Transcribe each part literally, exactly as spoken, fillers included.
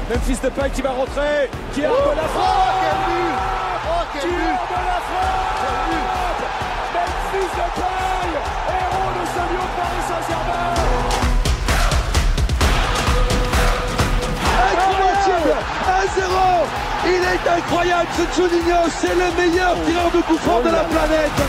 Memphis Depay qui va rentrer, qui a oh, de la frappe. Oh, quel but. Oh, quel qui but. a de la frappe. Memphis Depay, héros de ce lieu de Paris Saint-Germain. Incroyable, un zéro. Il est incroyable ce Juninho, c'est le meilleur tireur de coup franc de la planète.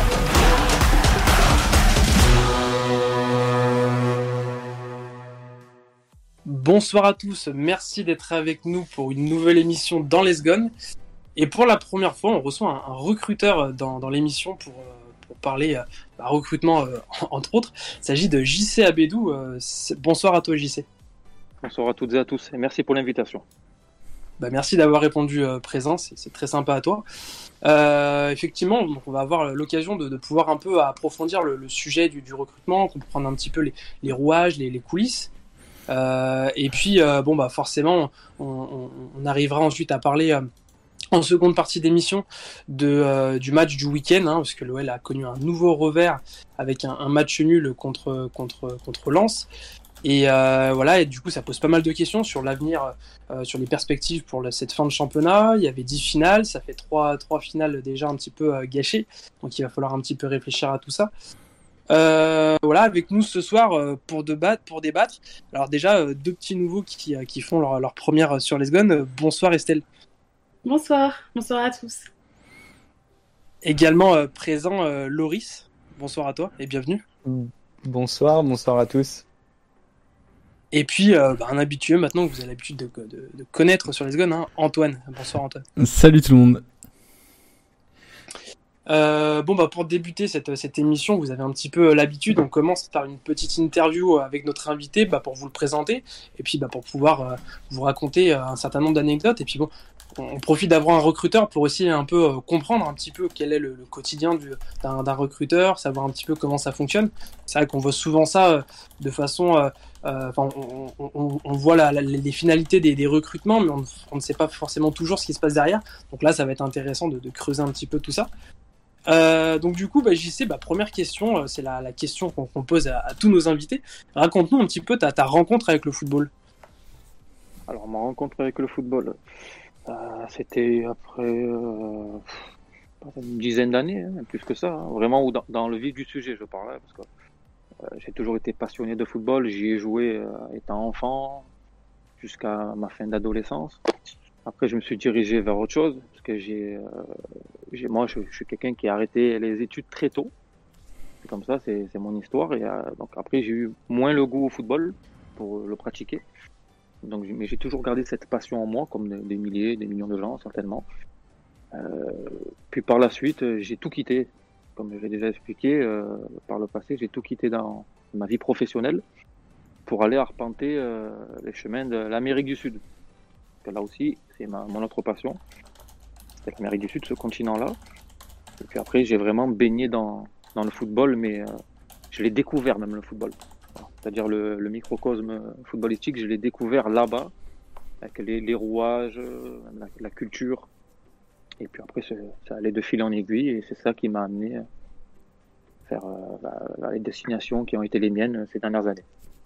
Bonsoir à tous, merci d'être avec nous pour une nouvelle émission dans les Gones. Et pour la première fois, on reçoit un, un recruteur dans, dans l'émission pour, pour parler euh, bah, recrutement, euh, entre autres. Il s'agit de J C Abedou. Euh, bonsoir à toi, J C. Bonsoir à toutes et à tous, et merci pour l'invitation. Bah, merci d'avoir répondu euh, présent, c'est, c'est très sympa à toi. Euh, effectivement, donc on va avoir l'occasion de, de pouvoir un peu approfondir le, le sujet du, du recrutement, comprendre un petit peu les, les rouages, les, les coulisses. Euh, et puis, euh, bon, bah forcément, on, on, on arrivera ensuite à parler euh, en seconde partie d'émission de, euh, du match du week-end, hein, parce que l'O L a connu un nouveau revers avec un, un match nul contre, contre, contre Lens. Et euh, voilà, et du coup, ça pose pas mal de questions sur l'avenir, euh, sur les perspectives pour la, cette fin de championnat. Il y avait dix finales, ça fait trois, trois finales déjà un petit peu euh, gâchées, donc il va falloir un petit peu réfléchir à tout ça. Euh, voilà, avec nous ce soir euh, pour débattre, pour débattre. Alors déjà, euh, deux petits nouveaux qui, euh, qui font leur, leur première sur les Gones. Euh, bonsoir Estelle. Bonsoir, bonsoir à tous. Également euh, présent euh, Loris. Bonsoir à toi et bienvenue. Bonsoir, bonsoir à tous. Et puis, euh, bah, un habitué maintenant que vous avez l'habitude de, de, de connaître sur les Gones, hein, Antoine. Bonsoir Antoine. Salut tout le monde. Euh, bon, bah, pour débuter cette, cette émission, vous avez un petit peu l'habitude. On commence par une petite interview avec notre invité bah, pour vous le présenter et puis bah, pour pouvoir euh, vous raconter euh, un certain nombre d'anecdotes. Et puis bon, on, on profite d'avoir un recruteur pour aussi un peu euh, comprendre un petit peu quel est le, le quotidien du, d'un, d'un recruteur, savoir un petit peu comment ça fonctionne. C'est vrai qu'on voit souvent ça euh, de façon... Euh, euh, on, on, on, on voit la, la, les finalités des, des recrutements, mais on, on ne sait pas forcément toujours ce qui se passe derrière. Donc là, ça va être intéressant de, de creuser un petit peu tout ça. Euh, donc du coup, bah, J C, bah, première question, euh, c'est la, la question qu'on, qu'on pose à, à tous nos invités. Raconte-nous un petit peu ta, ta rencontre avec le football. Alors ma rencontre avec le football, euh, c'était après euh, une dizaine d'années, hein, plus que ça, hein, vraiment dans, dans le vif du sujet je parlais, parce que euh, j'ai toujours été passionné de football, j'y ai joué euh, étant enfant jusqu'à ma fin d'adolescence. Après, je me suis dirigé vers autre chose, parce que j'ai, euh, j'ai moi, je, je suis quelqu'un qui a arrêté les études très tôt. C'est comme ça, c'est, c'est mon histoire. Et euh, donc après, j'ai eu moins le goût au football pour le pratiquer. Donc, mais j'ai toujours gardé cette passion en moi, comme des, des milliers, des millions de gens, certainement. Euh, puis par la suite, j'ai tout quitté. Comme je l'ai déjà expliqué euh, par le passé, j'ai tout quitté dans ma vie professionnelle pour aller arpenter euh, les chemins de l'Amérique du Sud. Là aussi, c'est ma, mon autre passion. C'est l'Amérique du Sud, ce continent-là. Et puis après, j'ai vraiment baigné dans, dans le football, mais euh, je l'ai découvert même le football. Alors, c'est-à-dire le, le microcosme footballistique, je l'ai découvert là-bas, avec les, les rouages, la, la culture. Et puis après, ça allait de fil en aiguille, et c'est ça qui m'a amené à faire euh, la, les destinations qui ont été les miennes ces dernières années.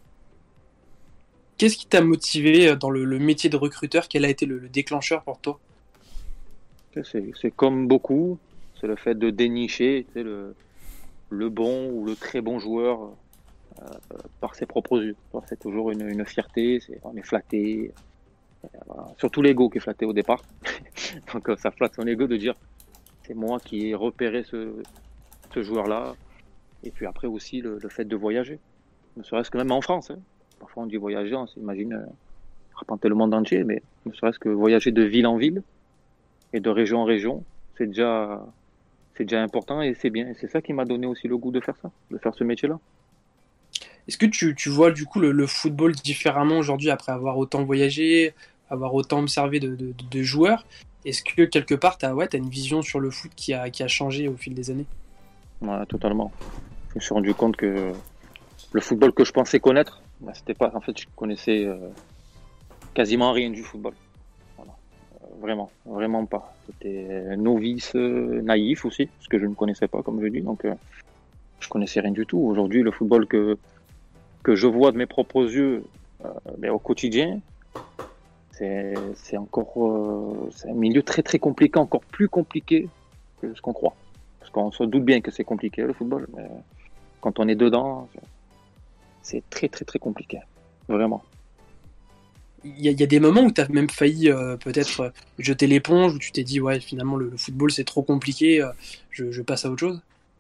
Qu'est-ce qui t'a motivé dans le, le métier de recruteur? Quel a été le, le déclencheur pour toi? c'est, c'est comme beaucoup, c'est le fait de dénicher tu sais, le, le bon ou le très bon joueur euh, par ses propres yeux. C'est toujours une, une fierté, c'est, on est flatté, voilà. Surtout l'ego qui est flatté au départ. Donc ça flatte son ego de dire c'est moi qui ai repéré ce, ce joueur-là. Et puis après aussi le, le fait de voyager, ne serait-ce que même en France. Hein. Parfois on dit voyager, on s'imagine euh, arpenter le monde entier, mais ne serait-ce que voyager de ville en ville et de région en région, c'est déjà, c'est déjà important et c'est bien. Et c'est ça qui m'a donné aussi le goût de faire ça, de faire ce métier-là. Est-ce que tu, tu vois du coup le, le football différemment aujourd'hui après avoir autant voyagé, avoir autant observé de, de, de joueurs? Est-ce que quelque part tu as ouais, t'as une vision sur le foot qui a, qui a changé au fil des années? Ouais, totalement. Je me suis rendu compte que le football que je pensais connaître, bah, c'était pas. En fait, je connaissais euh, quasiment rien du football. Voilà. Euh, vraiment, vraiment pas. C'était novice, euh, naïf aussi, parce que je ne connaissais pas, comme je dis. Donc, euh, je connaissais rien du tout. Aujourd'hui, le football que que je vois de mes propres yeux, euh, mais au quotidien, c'est c'est, c'est encore euh, c'est un milieu très très compliqué, encore plus compliqué que ce qu'on croit. Parce qu'on se doute bien que c'est compliqué le football, mais quand on est dedans, c'est très très très compliqué, vraiment. Il y, a, il y a des moments où tu as même failli euh, peut-être euh, jeter l'éponge, où tu t'es dit ouais finalement le, le football c'est trop compliqué, euh, je, je passe à autre chose.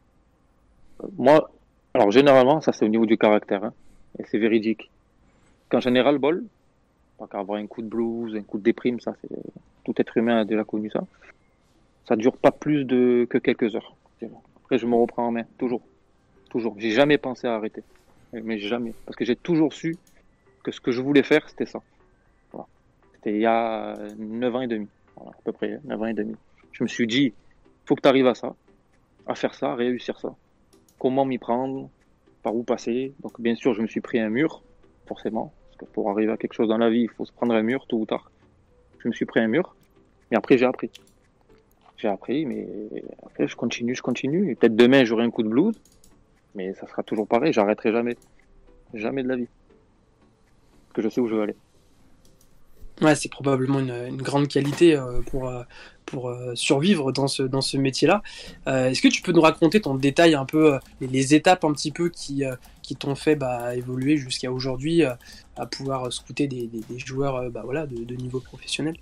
Moi, alors généralement, ça c'est au niveau du caractère, hein, et c'est véridique. Qu'en général, bol, pas qu'avoir un coup de blues, un coup de déprime, ça c'est tout être humain a déjà connu ça. Ça dure pas plus de que quelques heures. Après, je me reprends en main, toujours, toujours. J'ai jamais pensé à arrêter, mais jamais, parce que j'ai toujours su que ce que je voulais faire, c'était ça. Voilà. C'était il y a neuf ans et demi, voilà, à peu près neuf ans et demi. Je me suis dit, faut que tu arrives à ça, à faire ça, à réussir ça. Comment m'y prendre, par où passer. Donc bien sûr, je me suis pris un mur, forcément, parce que pour arriver à quelque chose dans la vie, il faut se prendre un mur tôt ou tard. Je me suis pris un mur, mais après j'ai appris. J'ai appris, mais après je continue, je continue. Et peut-être demain j'aurai un coup de blues, mais ça sera toujours pareil, j'arrêterai jamais. Jamais de la vie. Parce que je sais où je veux aller. Ouais, c'est probablement une, une grande qualité euh, pour, euh, pour euh, survivre dans ce, dans ce métier-là. Euh, est-ce que tu peux nous raconter ton détail un peu, euh, les, les étapes un petit peu qui, euh, qui t'ont fait bah, évoluer jusqu'à aujourd'hui, euh, à pouvoir scouter des, des, des joueurs euh, bah, voilà, de, de niveau professionnel?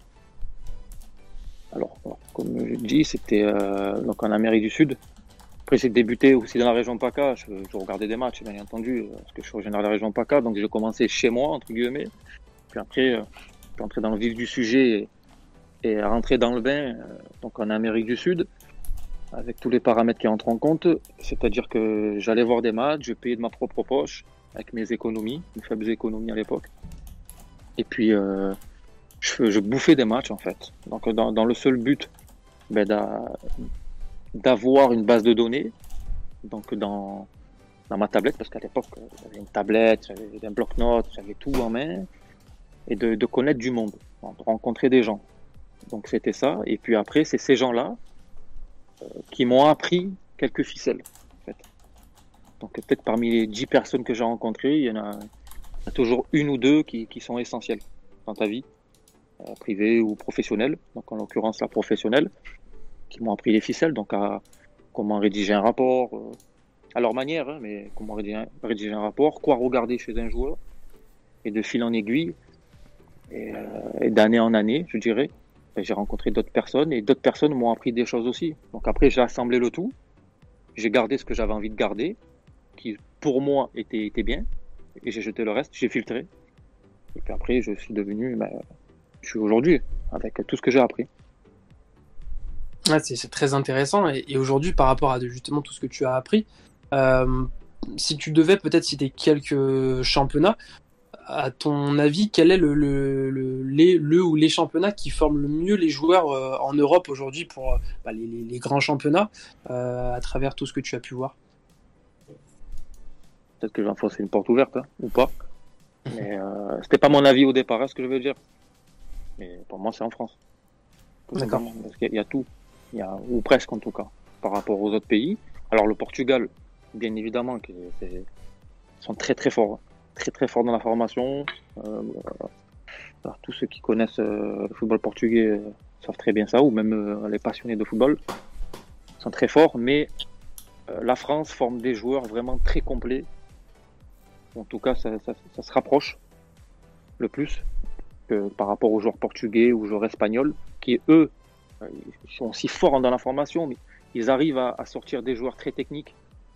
Alors, comme je dis, c'était euh, donc en Amérique du Sud. Après, j'ai débuté aussi dans la région PACA. Je, je regardais des matchs, bien entendu, parce que je suis originaire de la région PACA. Donc, j'ai commencé chez moi, entre guillemets. Puis après, euh, je suis entré dans le vif du sujet et, et rentrer dans le bain, euh, donc en Amérique du Sud, avec tous les paramètres qui entrent en compte. C'est-à-dire que j'allais voir des matchs, je payais de ma propre poche, avec mes économies, mes faibles économies à l'époque. Et puis, euh, je, je bouffais des matchs, en fait. Donc, dans, dans le seul but ben, d'a, d'avoir une base de données, donc dans, dans ma tablette, parce qu'à l'époque, j'avais une tablette, j'avais un bloc-notes, j'avais tout en main, et de, de connaître du monde, de rencontrer des gens. Donc c'était ça, et puis après, c'est ces gens-là euh, qui m'ont appris quelques ficelles, en fait. Donc peut-être parmi les dix personnes que j'ai rencontrées, il y en a, il y a toujours une ou deux qui, qui sont essentielles dans ta vie, euh, privée ou professionnelle, donc en l'occurrence la professionnelle, qui m'ont appris les ficelles, donc à comment rédiger un rapport, euh, à leur manière, hein, mais comment rédiger un, rédiger un rapport, quoi regarder chez un joueur, et de fil en aiguille, et, euh, et d'année en année, je dirais, ben, j'ai rencontré d'autres personnes, et d'autres personnes m'ont appris des choses aussi. Donc après, j'ai assemblé le tout, j'ai gardé ce que j'avais envie de garder, qui pour moi était, était bien, et j'ai jeté le reste, j'ai filtré, et puis après, je suis devenu, ben, je suis aujourd'hui, avec tout ce que j'ai appris. Ouais, c'est, c'est très intéressant. Et, et aujourd'hui, par rapport à justement tout ce que tu as appris, euh, si tu devais peut-être citer quelques championnats, à ton avis, quel est le, le, le, les, le ou les championnats qui forment le mieux les joueurs euh, en Europe aujourd'hui pour bah, les, les, les grands championnats, euh, à travers tout ce que tu as pu voir? Peut-être que j'enfonce une porte ouverte, hein, ou pas. Mais euh, c'était pas mon avis au départ, hein, ce que je veux dire. Mais pour moi, c'est en France. D'accord. Parce qu'il y a tout. Il y a, ou presque en tout cas, par rapport aux autres pays. Alors le Portugal, bien évidemment, qui c'est, sont très très forts, très très forts dans la formation. Euh, alors, tous ceux qui connaissent euh, le football portugais euh, savent très bien ça, ou même euh, les passionnés de football sont très forts. Mais euh, la France forme des joueurs vraiment très complets. En tout cas, ça, ça, ça se rapproche le plus que par rapport aux joueurs portugais ou aux joueurs espagnols, qui eux ils sont aussi forts dans la formation, mais ils arrivent à, à sortir des joueurs très techniques,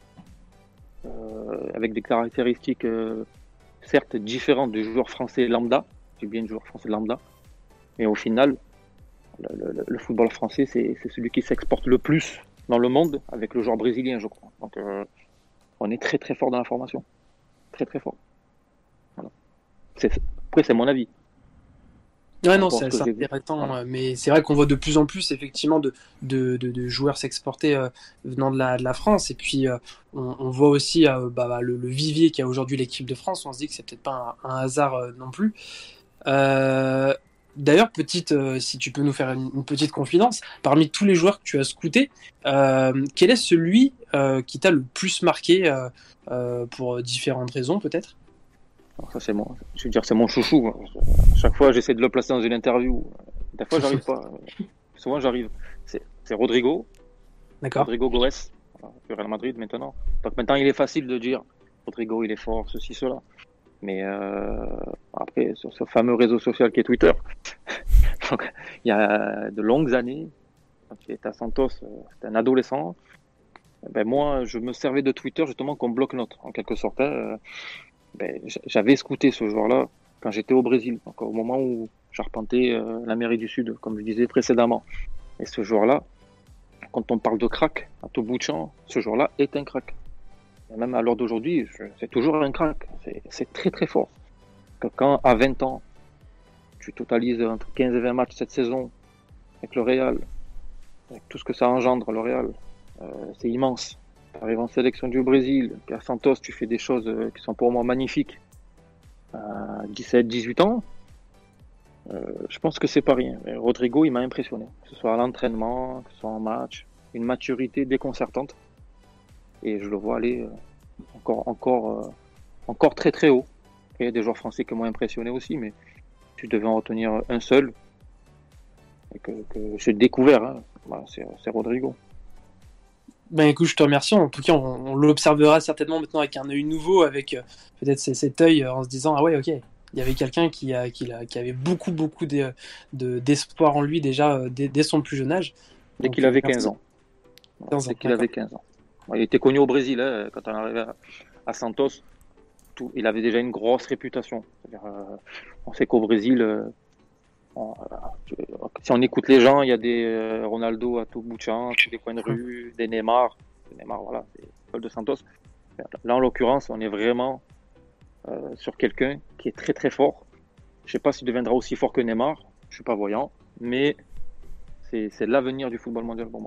euh, avec des caractéristiques euh, certes différentes des joueurs français lambda. J'ai bien des joueurs français lambda, mais au final, le, le, le football français, c'est, c'est celui qui s'exporte le plus dans le monde, avec le joueur brésilien, je crois. Donc, euh, on est très très fort dans la formation, très très fort. Voilà. C'est, après, c'est mon avis. Ouais, non, c'est, c'est intéressant, voilà. Mais c'est vrai qu'on voit de plus en plus effectivement de, de, de, de joueurs s'exporter euh, venant de la, de la France, et puis euh, on, on voit aussi euh, bah, le, le vivier qu'il y a aujourd'hui l'équipe de France. On se dit que c'est peut-être pas un, un hasard euh, non plus. Euh, d'ailleurs, petite, euh, si tu peux nous faire une, une petite confidence, parmi tous les joueurs que tu as scoutés, euh, quel est celui euh, qui t'a le plus marqué euh, euh, pour différentes raisons peut-être? Alors ça, c'est mon, je veux dire, c'est mon chouchou. À chaque fois, j'essaie de le placer dans une interview. Des fois, j'arrive pas. Souvent, j'arrive. C'est, c'est Rodrigo. D'accord. Rodrigo Goes, du Real Madrid maintenant. Donc maintenant, il est facile de dire Rodrigo, il est fort, ceci, cela. Mais euh, après, sur ce fameux réseau social qui est Twitter, donc, il y a de longues années, quand il était à Santos, c'était un adolescent. Ben moi, je me servais de Twitter justement comme bloc-notes, en quelque sorte. Hein. Ben, j'avais scouté ce joueur-là quand j'étais au Brésil, donc au moment où j'arpentais euh, l'Amérique du Sud, comme je disais précédemment. Et ce joueur-là, quand on parle de crack, à tout bout de champ, ce joueur-là est un crack. Et même à l'heure d'aujourd'hui, c'est toujours un crack. C'est, c'est très très fort. Que quand à vingt ans, tu totalises entre quinze et vingt matchs cette saison avec le Real, avec tout ce que ça engendre le Real, euh, c'est immense. Tu arrives en sélection du Brésil, puis à Santos, tu fais des choses qui sont pour moi magnifiques. À dix-sept dix-huit ans, euh, je pense que c'est pas rien. Mais Rodrigo, il m'a impressionné. Que ce soit à l'entraînement, que ce soit en match, une maturité déconcertante. Et je le vois aller euh, encore, encore, euh, encore très très haut. Il y a des joueurs français qui m'ont impressionné aussi, mais tu devais en retenir un seul et que, que j'ai découvert. Hein. Voilà, c'est, c'est Rodrigo. Ben écoute, je te remercie. En tout cas, on, on l'observera certainement maintenant avec un œil nouveau, avec euh, peut-être cet œil euh, en se disant ah ouais, ok, il y avait quelqu'un qui, a, qui, a, qui avait beaucoup beaucoup de, de, d'espoir en lui déjà euh, dès, dès son plus jeune âge. Dès Donc, qu'il avait quinze ans. quinze ans. Dès qu'il d'accord. avait quinze ans. Il était connu au Brésil hein, quand on arrivait à, à Santos. Tout, il avait déjà une grosse réputation. C'est-à-dire, euh, on sait qu'au Brésil, euh, on, euh, si on écoute les gens, il y a des euh, Ronaldo à tout bout de champ, tous les coins de rue, des Neymar. Des Neymar, voilà, c'est l'école de Santos. Là, en l'occurrence, on est vraiment euh, sur quelqu'un qui est très très fort. Je ne sais pas s'il deviendra aussi fort que Neymar. Je ne suis pas voyant, mais c'est, c'est l'avenir du football mondial pour moi.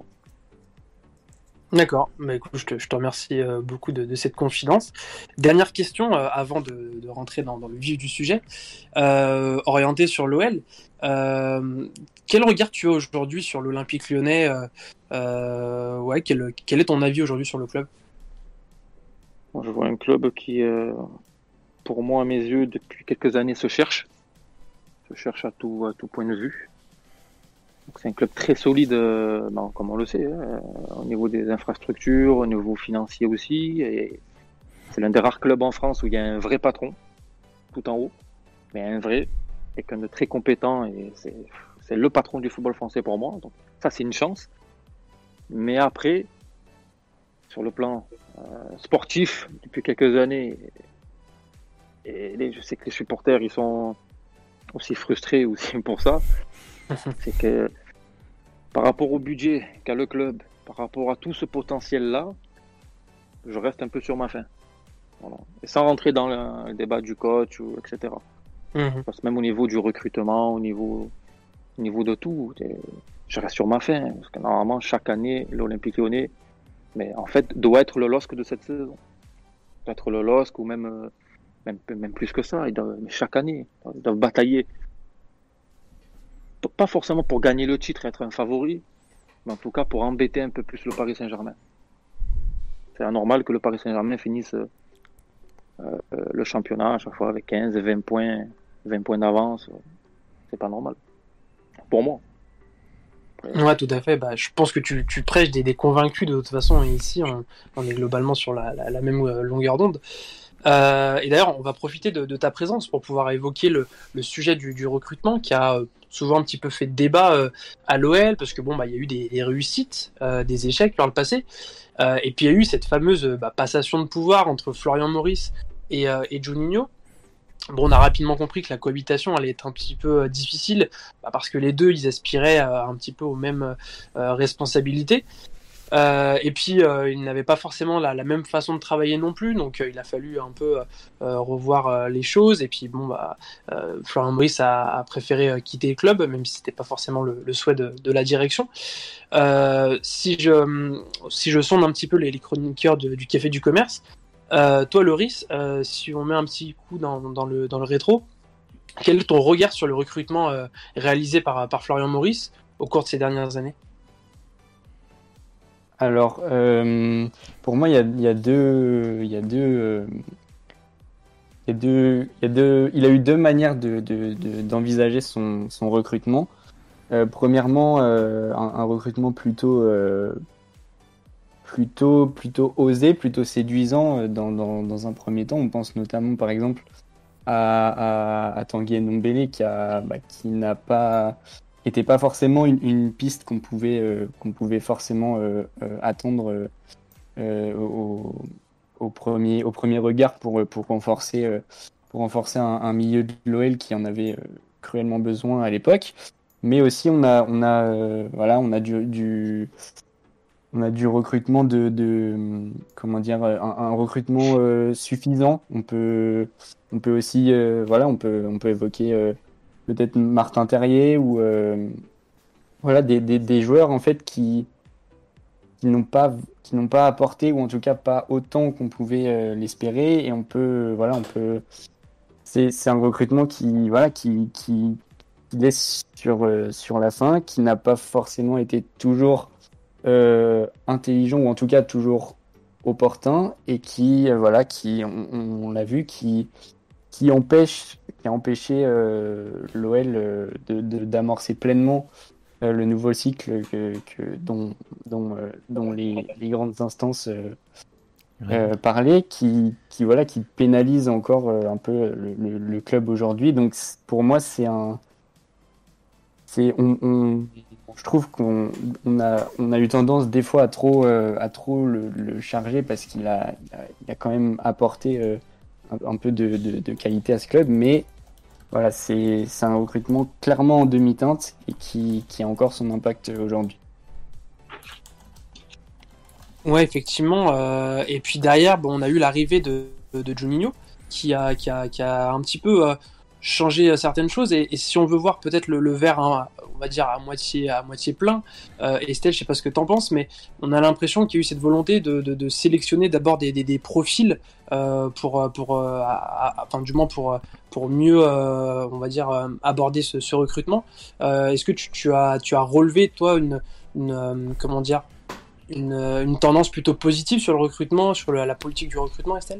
D'accord, bah écoute, je te, je te remercie euh, beaucoup de, de cette confidence. Dernière question euh, avant de, de rentrer dans, dans le vif du sujet, euh, orienté sur l'O L. Euh, quel regard tu as aujourd'hui sur l'Olympique Lyonnais euh, euh, ouais, quel, quel est ton avis aujourd'hui sur le club ? Bon, je vois un club qui, euh, pour moi, à mes yeux, depuis quelques années, se cherche, se cherche à tout, à tout point de vue. Donc c'est un club très solide, euh, ben, comme on le sait, hein, au niveau des infrastructures, au niveau financier aussi. Et c'est l'un des rares clubs en France où il y a un vrai patron, tout en haut, mais un vrai, quelqu'un de très compétent. Et c'est, c'est le patron du football français pour moi. Donc ça, c'est une chance. Mais après, sur le plan euh, sportif, depuis quelques années, et les, je sais que les supporters, ils sont aussi frustrés aussi pour ça. C'est que par rapport au budget qu'a le club, par rapport à tout ce potentiel-là, je reste un peu sur ma faim. Voilà. Et sans rentrer dans le débat du coach, ou, et cetera. Mm-hmm. Parce que même au niveau du recrutement, au niveau, au niveau de tout, je reste sur ma faim. Parce que normalement, chaque année, l'Olympique Lyonnais, mais en fait, doit être le L O S C de cette saison. Doit être le L O S C ou même, même, même plus que ça. Ils doivent, mais chaque année, ils doivent batailler. Pas forcément pour gagner le titre et être un favori, mais en tout cas pour embêter un peu plus le Paris Saint-Germain. C'est anormal que le Paris Saint-Germain finisse euh, euh, le championnat à chaque fois avec quinze, vingt points, vingt points d'avance. C'est pas normal. Pour moi. Après, ouais, tout à fait. Bah, je pense que tu, tu prêches des, des convaincus de toute façon. Et ici, on, on est globalement sur la, la, la même longueur d'onde. Euh, et d'ailleurs, on va profiter de, de ta présence pour pouvoir évoquer le, le sujet du, du recrutement qui a souvent un petit peu fait débat euh, à l'O L parce que bon, bah, il y a eu des, des réussites, euh, des échecs par le passé, euh, et puis il y a eu cette fameuse bah, passation de pouvoir entre Florian Maurice et, euh, et Juninho. Bon, on a rapidement compris que la cohabitation allait être un petit peu euh, difficile bah, parce que les deux, ils aspiraient euh, un petit peu aux mêmes euh, responsabilités. Euh, et puis euh, il n'avait pas forcément la, la même façon de travailler non plus, donc euh, il a fallu un peu euh, revoir euh, les choses. Et puis bon, bah, euh, Florian Maurice a, a préféré euh, quitter le club, même si c'était pas forcément le, le souhait de, de la direction. Euh, si je si je sonde un petit peu les, les chroniqueurs de, du Café du Commerce, euh, toi Loris, euh, si on met un petit coup dans, dans le dans le rétro, quel est ton regard sur le recrutement euh, réalisé par par Florian Maurice au cours de ces dernières années? Alors, euh, pour moi, il y a, y a deux, y a deux, euh, il y a deux, il y a deux, il a eu deux manières de, de, de d'envisager son, son recrutement. Euh, premièrement, euh, un, un recrutement plutôt, euh, plutôt, plutôt osé, plutôt séduisant euh, dans, dans, dans un premier temps. On pense notamment, par exemple, à, à, à Tanguy Ndombele qui a, bah, qui n'a pas, qui était pas forcément une, une piste qu'on pouvait, euh, qu'on pouvait forcément euh, euh, attendre euh, euh, au, au premier, au premier regard pour, pour renforcer, euh, pour renforcer un, un milieu de l'O L qui en avait euh, cruellement besoin à l'époque. Mais aussi on a, on a, euh, voilà, on a du, du, on a du recrutement de, de comment dire, un, un recrutement euh, suffisant. On peut, on peut aussi, euh, voilà, on peut, on peut évoquer euh, peut-être Martin Terrier ou euh, voilà des, des, des joueurs en fait qui, qui n'ont pas, qui n'ont pas apporté ou en tout cas pas autant qu'on pouvait euh, l'espérer. Et on peut, voilà, on peut, c'est, c'est un recrutement qui, voilà, qui, qui qui laisse sur, euh, sur la fin, qui n'a pas forcément été toujours euh, intelligent ou en tout cas toujours opportun et qui, euh, voilà, qui, on, on l'a vu, qui, qui empêche, qui a empêché euh, l'O L euh, de, de, d'amorcer pleinement euh, le nouveau cycle que, que, dont, dont, euh, dont les, les grandes instances euh, euh, parlaient, qui, qui, voilà, qui pénalise encore euh, un peu le, le, le club aujourd'hui. Donc pour moi, c'est un C'est, on, on, je trouve qu'on on a, on a eu tendance des fois à trop, euh, à trop le, le charger parce qu'il a, il a, il a quand même apporté euh, un, un peu de, de, de qualité à ce club, mais voilà, c'est, c'est un recrutement clairement en demi-teinte et qui, qui a encore son impact aujourd'hui. Ouais, effectivement. Euh, et puis derrière, bon, on a eu l'arrivée de, de Juninho qui a, qui a, qui a un petit peu euh, changer certaines choses et, et si on veut voir peut-être le, le verre hein, on va dire à moitié à moitié plein euh, Estelle je sais pas ce que t'en penses mais on a l'impression qu'il y a eu cette volonté de, de, de sélectionner d'abord des, des, des profils euh, pour pour euh, à, à, enfin du moins pour pour mieux euh, on va dire euh, aborder ce, ce recrutement euh, est-ce que tu, tu as tu as relevé toi une, une euh, comment dire une, une tendance plutôt positive sur le recrutement sur le, la politique du recrutement Estelle?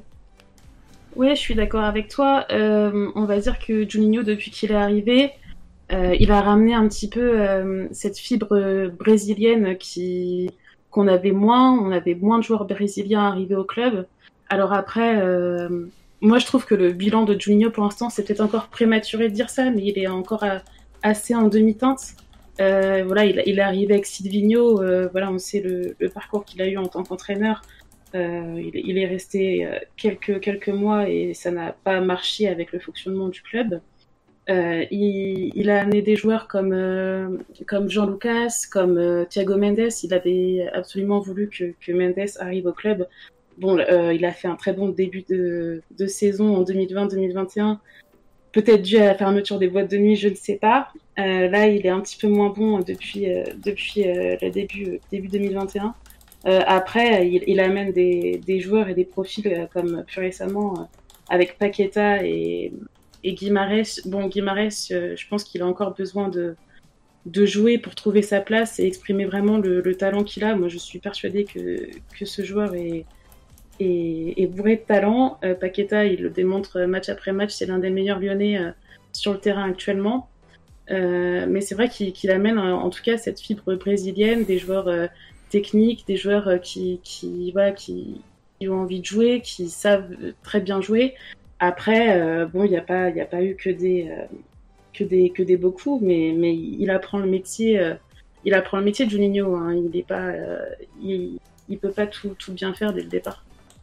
Oui, je suis d'accord avec toi. Euh, on va dire que Juninho, depuis qu'il est arrivé, euh, il a ramené un petit peu euh, cette fibre brésilienne qui qu'on avait moins. On avait moins de joueurs brésiliens arrivés au club. Alors après, euh, moi je trouve que le bilan de Juninho pour l'instant, c'est peut-être encore prématuré de dire ça, mais il est encore à, assez en demi-teinte. Euh, voilà, il, il est arrivé avec Silvinho. Euh, voilà, on sait le, le parcours qu'il a eu en tant qu'entraîneur. Euh, il, il est resté quelques, quelques mois et ça n'a pas marché avec le fonctionnement du club. Euh, il, il a amené des joueurs comme, euh, comme Jean Lucas, comme euh, Thiago Mendes. Il avait absolument voulu que, que Mendes arrive au club. Bon, euh, il a fait un très bon début de, de saison en deux mille vingt deux mille vingt et un. Peut-être dû à la fermeture des boîtes de nuit, je ne sais pas. Euh, là, il est un petit peu moins bon depuis, euh, depuis euh, le début, début deux mille vingt et un. Euh, après, il, il amène des, des joueurs et des profils euh, comme plus récemment euh, avec Paqueta et, et Guimarães. Bon, Guimarães, euh, je pense qu'il a encore besoin de, de jouer pour trouver sa place et exprimer vraiment le, le talent qu'il a. Moi, je suis persuadée que, que ce joueur est, est, est bourré de talent. Euh, Paqueta, il le démontre match après match. C'est l'un des meilleurs Lyonnais euh, sur le terrain actuellement. Euh, mais c'est vrai qu'il, qu'il amène en, en tout cas cette fibre brésilienne, des joueurs... Euh, techniques, des joueurs qui, qui, voilà, qui, qui ont envie de jouer, qui savent très bien jouer. Après, euh, bon, il n'y a pas, il n'y a pas eu que des, euh, que des, que des beaux coups, mais, mais il apprend le métier, euh, il apprend le métier de Juninho. Hein. Il est pas, euh, il, il peut pas tout, tout bien faire dès le départ.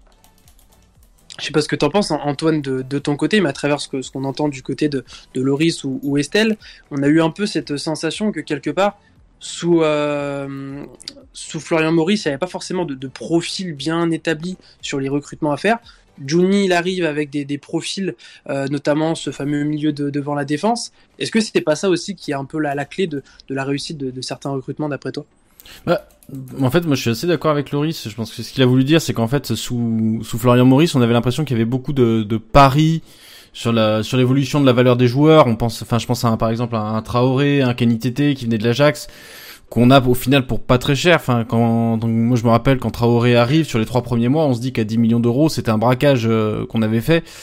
Je sais pas ce que t'en penses, Antoine, de, de ton côté, mais à travers ce, que, ce qu'on entend du côté de, de Loris ou, ou Estelle, on a eu un peu cette sensation que quelque part, Sous, euh, sous Florian Maurice, il n'y avait pas forcément de, de profil bien établi sur les recrutements à faire. Juni, il arrive avec des, des profils, euh, notamment ce fameux milieu de, devant la défense. Est-ce que c'était pas ça aussi qui est un peu la, la clé de, de la réussite de, de certains recrutements d'après toi? Bah, en fait, moi, je suis assez d'accord avec Loris. Je pense que ce qu'il a voulu dire, c'est qu'en fait, sous, sous Florian Maurice, on avait l'impression qu'il y avait beaucoup de, de paris sur la, sur l'évolution de la valeur des joueurs. On pense, enfin, je pense à un, par exemple, à un Traoré, un Kenny Tété qui venait de l'Ajax, qu'on a au final pour pas très cher. Enfin, quand, donc, moi, je me rappelle quand Traoré arrive, sur les trois premiers mois, on se dit qu'à dix millions d'euros, c'était un braquage euh, qu'on avait fait.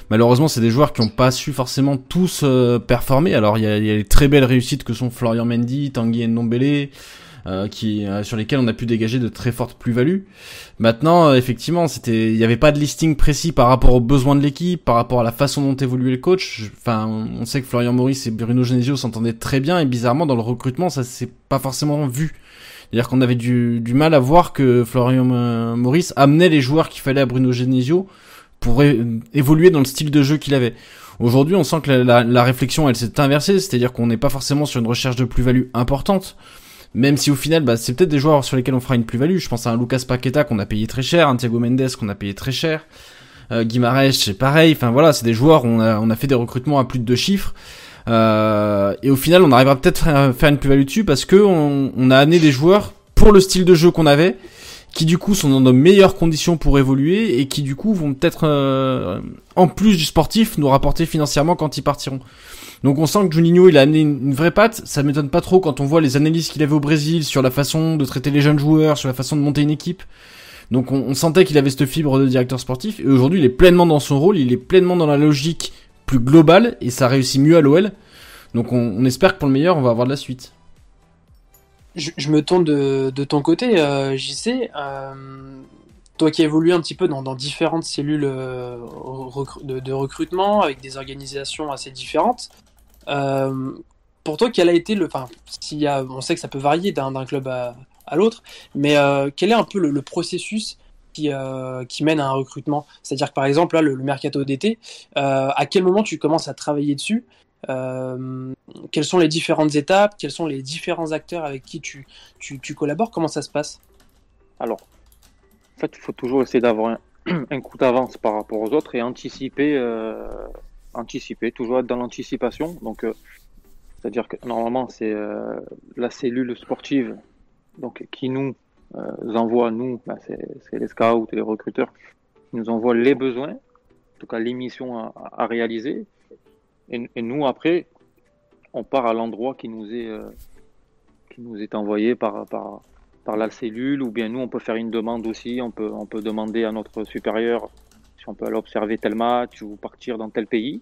malheureusement, c'est des joueurs qui n'ont pas su forcément tous euh, performer. Alors, il y a, y a les très belles réussites que sont Florian Mendy, Tanguy Ndombele, euh, qui euh, sur lesquels on a pu dégager de très fortes plus-values. Maintenant, euh, effectivement, c'était, il n'y avait pas de listing précis par rapport aux besoins de l'équipe, par rapport à la façon dont évoluait le coach. Je, enfin, on sait que Florian Maurice et Bruno Genesio s'entendaient très bien, et bizarrement, dans le recrutement, ça s'est pas forcément vu. C'est-à-dire qu'on avait du, du mal à voir que Florian euh, Maurice amenait les joueurs qu'il fallait à Bruno Genesio pour é- évoluer dans le style de jeu qu'il avait. Aujourd'hui, on sent que la, la, la réflexion, elle s'est inversée, c'est-à-dire qu'on n'est pas forcément sur une recherche de plus-value importante. Même si au final, bah, c'est peut-être des joueurs sur lesquels on fera une plus-value. Je pense à un Lucas Paqueta qu'on a payé très cher, un Thiago Mendes qu'on a payé très cher, euh, Guimaraes, c'est pareil. Enfin voilà, c'est des joueurs où on a, on a fait des recrutements à plus de deux chiffres. Euh, et au final, on arrivera peut-être à faire une plus-value dessus parce que on, on a amené des joueurs pour le style de jeu qu'on avait, qui du coup sont dans de meilleures conditions pour évoluer et qui du coup vont peut-être, euh, en plus du sportif, nous rapporter financièrement quand ils partiront. Donc on sent que Juninho, il a amené une, une vraie patte. Ça m'étonne pas trop quand on voit les analyses qu'il avait au Brésil sur la façon de traiter les jeunes joueurs, sur la façon de monter une équipe. Donc on, on sentait qu'il avait cette fibre de directeur sportif. Et aujourd'hui, il est pleinement dans son rôle, il est pleinement dans la logique plus globale et ça réussit mieux à l'O L. Donc on, on espère que pour le meilleur, on va avoir de la suite. Je, je me tourne de, de ton côté, euh, J C. Euh, toi qui as évolué un petit peu dans, dans différentes cellules euh, recru- de, de recrutement, avec des organisations assez différentes, euh, pour toi, quel a été le... Enfin, s'il y a, on sait que ça peut varier d'un, d'un club à, à l'autre, mais euh, quel est un peu le, le processus qui, euh, qui mène à un recrutement? C'est-à-dire que par exemple, là, le, le mercato d'été, euh, à quel moment tu commences à travailler dessus? Euh, quelles sont les différentes étapes? Quels sont les différents acteurs avec qui tu, tu, tu collabores? Comment ça se passe? Alors, en fait, il faut toujours essayer d'avoir un, un coup d'avance par rapport aux autres et anticiper, euh, anticiper, toujours être dans l'anticipation. Donc, euh, c'est-à-dire que normalement, c'est euh, la cellule sportive donc, qui nous euh, envoie, nous, bah, c'est, c'est les scouts et les recruteurs, qui nous envoient les besoins, en tout cas les missions à, à réaliser. Et, et nous, après, on part à l'endroit qui nous est, euh, qui nous est envoyé par, par, par la cellule, ou bien nous, on peut faire une demande aussi, on peut, on peut demander à notre supérieur si on peut aller observer tel match ou partir dans tel pays.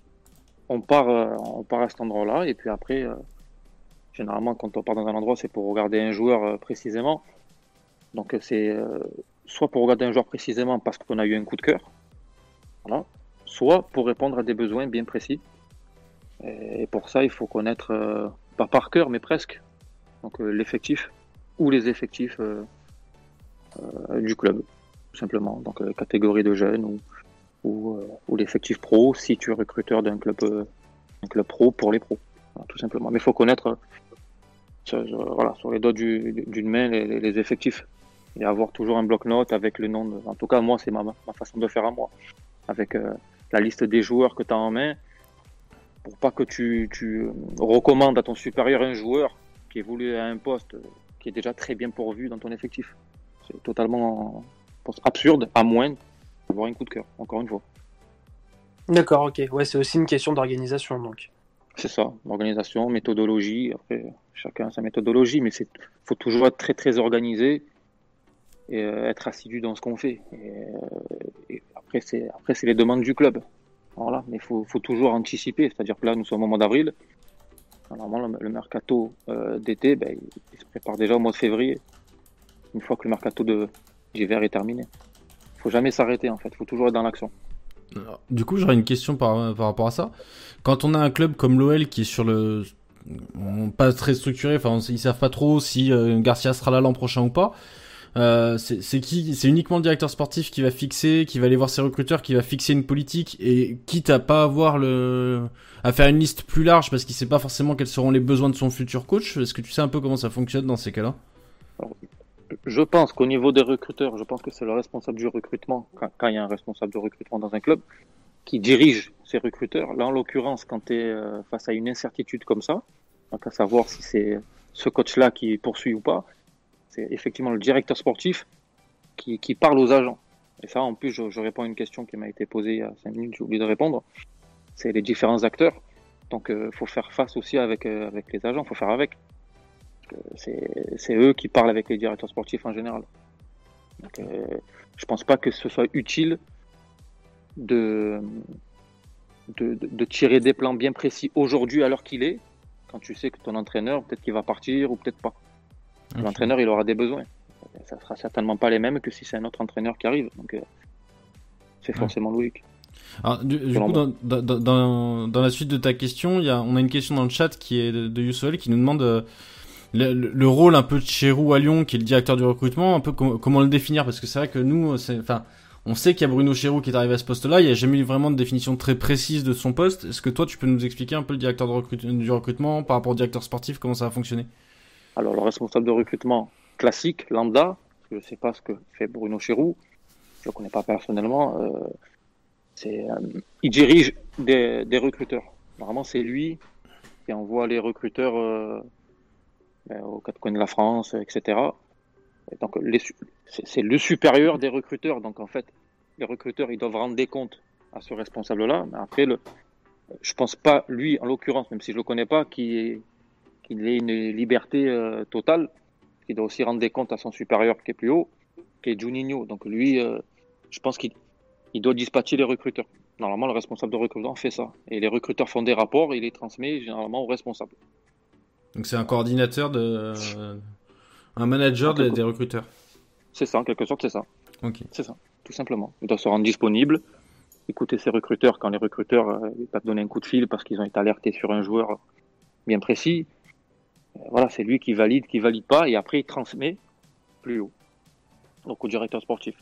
On part, euh, on part à cet endroit-là, et puis après, euh, généralement, quand on part dans un endroit, c'est pour regarder un joueur euh, précisément. Donc, c'est euh, soit pour regarder un joueur précisément parce qu'on a eu un coup de cœur, voilà, soit pour répondre à des besoins bien précis. Et pour ça, il faut connaître, euh, pas par cœur, mais presque, donc euh, l'effectif ou les effectifs euh, euh, du club, tout simplement. Donc euh, catégorie de jeunes ou, ou, euh, ou l'effectif pro, si tu es recruteur d'un club, euh, un club pro pour les pros, voilà, tout simplement. Mais il faut connaître, euh, sur, voilà, sur les doigts du, d'une main, les, les effectifs. Et avoir toujours un bloc-notes avec le nom de... En tout cas, moi, c'est ma, ma façon de faire à moi. Avec euh, la liste des joueurs que tu as en main, pour pas que tu, tu recommandes à ton supérieur un joueur qui évolue à un poste qui est déjà très bien pourvu dans ton effectif. C'est totalement absurde, à moins d'avoir un coup de cœur, encore une fois. D'accord, ok. Ouais, c'est aussi une question d'organisation, donc. C'est ça, organisation, méthodologie. Après, chacun a sa méthodologie, mais il faut toujours être très très organisé et euh, être assidu dans ce qu'on fait. Et, euh, et après, c'est, après, c'est les demandes du club. Voilà, mais il faut, faut toujours anticiper. C'est-à-dire que là, nous sommes au mois d'avril. Normalement, le, le mercato euh, d'été, ben, il, il se prépare déjà au mois de février. Une fois que le mercato de, d'hiver est terminé. Il ne faut jamais s'arrêter, en fait. Il faut toujours être dans l'action. Alors, du coup, j'aurais une question par, par rapport à ça. Quand on a un club comme l'O L qui est sur le... pas très structuré, enfin, ils savent pas trop si euh, Garcia sera là l'an prochain ou pas. Euh, c'est, c'est qui, c'est uniquement le directeur sportif qui va fixer, qui va aller voir ses recruteurs, qui va fixer une politique, et quitte à pas avoir le, à faire une liste plus large parce qu'il sait pas forcément quels seront les besoins de son futur coach. Est-ce que tu sais un peu comment ça fonctionne dans ces cas-là? Alors, je pense qu'au niveau des recruteurs, je pense que c'est le responsable du recrutement, quand, quand il y a un responsable de recrutement dans un club, qui dirige ses recruteurs. Là, en l'occurrence, quand tu es euh, face à une incertitude comme ça, donc à savoir si c'est ce coach-là qui poursuit ou pas, c'est effectivement le directeur sportif qui, qui parle aux agents. Et ça, en plus, je, je réponds à une question qui m'a été posée il y a cinq minutes, j'ai oublié de répondre. C'est les différents acteurs. Donc, il euh, faut faire face aussi avec, euh, avec les agents, il faut faire avec. Parce que c'est, c'est eux qui parlent avec les directeurs sportifs en général. Donc, euh, je pense pas que ce soit utile de, de, de, de tirer des plans bien précis aujourd'hui à l'heure qu'il est, quand tu sais que ton entraîneur, peut-être qu'il va partir ou peut-être pas. Okay. L'entraîneur, il aura des besoins. Ça ne sera certainement pas les mêmes que si c'est un autre entraîneur qui arrive. Donc, euh, c'est forcément ouais. logique. Alors, du, du coup, dans, dans, dans, dans la suite de ta question, il y a, on a une question dans le chat qui est de, de Youssouel qui nous demande euh, le, le rôle un peu de Chérou à Lyon, qui est le directeur du recrutement, un peu com- comment le définir, parce que c'est vrai que nous, c'est, enfin, on sait qu'il y a Bruno Chérou qui est arrivé à ce poste-là, il n'y a jamais eu vraiment de définition très précise de son poste. Est-ce que toi, tu peux nous expliquer un peu le directeur de recrute- du recrutement par rapport au directeur sportif, comment ça va fonctionner? Alors, le responsable de recrutement classique, lambda, parce que je ne sais pas ce que fait Bruno Chérou, je ne le connais pas personnellement, euh, c'est, euh, il dirige des, des recruteurs. Normalement, c'est lui qui envoie les recruteurs euh, ben, aux quatre coins de la France, et cetera. Et donc, les, c'est, c'est le supérieur des recruteurs. Donc, en fait, les recruteurs, ils doivent rendre des comptes à ce responsable-là. Mais après, le, je pense pas, lui, en l'occurrence, même si je le connais pas, qu'il, qu'il ait une liberté euh, totale. Il doit aussi rendre des comptes à son supérieur qui est plus haut, qui est Juninho. Donc, lui, euh, je pense qu'il il doit dispatcher les recruteurs. Normalement, le responsable de recrutement fait ça. Et les recruteurs font des rapports et il les transmet généralement au responsable. Donc, c'est un coordinateur de... Un manager des, des recruteurs. C'est ça, en quelque sorte, c'est ça. Ok. C'est ça, tout simplement. Il doit se rendre disponible, écouter ses recruteurs quand les recruteurs euh, peuvent donner un coup de fil parce qu'ils ont été alertés sur un joueur bien précis. Euh, voilà, c'est lui qui valide, qui valide pas, et après il transmet plus haut. Donc au directeur sportif.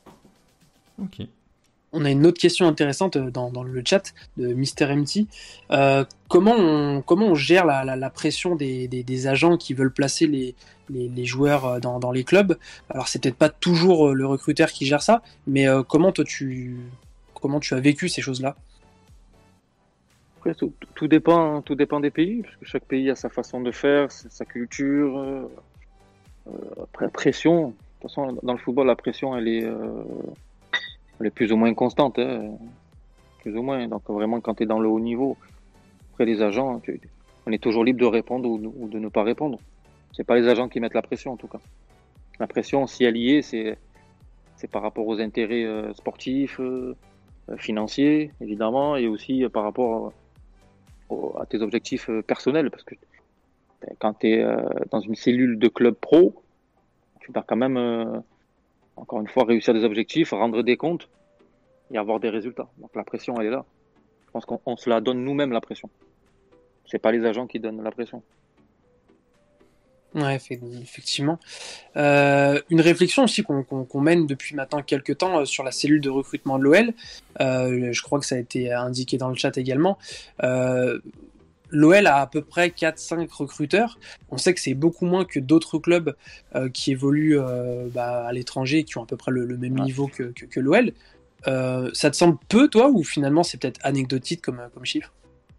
Ok. On a une autre question intéressante dans, dans le chat de Mister M T. Euh, comment, on, comment on gère la, la, la pression des, des, des agents qui veulent placer les, les, les joueurs dans, dans les clubs? Alors c'est peut-être pas toujours le recruteur qui gère ça, mais euh, comment toi tu, comment tu as vécu ces choses-là? Après, tout, tout, dépend, tout dépend des pays, parce que chaque pays a sa façon de faire, sa culture. Euh, après, pression, de toute façon, dans le football, la pression, elle est... Euh, Elle est plus ou moins constante, hein. Plus ou moins. Donc vraiment, quand tu es dans le haut niveau, après les agents, tu, on est toujours libre de répondre ou, ou de ne pas répondre. C'est pas les agents qui mettent la pression en tout cas. La pression, si elle y est, c'est, c'est par rapport aux intérêts euh, sportifs, euh, financiers évidemment, et aussi euh, par rapport à, à tes objectifs euh, personnels, parce que ben, quand tu es euh, dans une cellule de club pro, tu dois quand même euh, encore une fois, réussir des objectifs, rendre des comptes et avoir des résultats. Donc la pression, elle est là. Je pense qu'on on se la donne nous-mêmes, la pression. C'est pas les agents qui donnent la pression. Ouais, effectivement. Euh, une réflexion aussi qu'on, qu'on, qu'on mène depuis maintenant quelques temps sur la cellule de recrutement de l'O L. Euh, je crois que ça a été indiqué dans le chat également. Euh, L'O L a à peu près quatre cinq recruteurs. On sait que c'est beaucoup moins que d'autres clubs euh, qui évoluent euh, bah, à l'étranger et qui ont à peu près le, le même niveau que, que, que l'O L. Euh, ça te semble peu, toi, ou finalement c'est peut-être anecdotique comme, comme chiffre?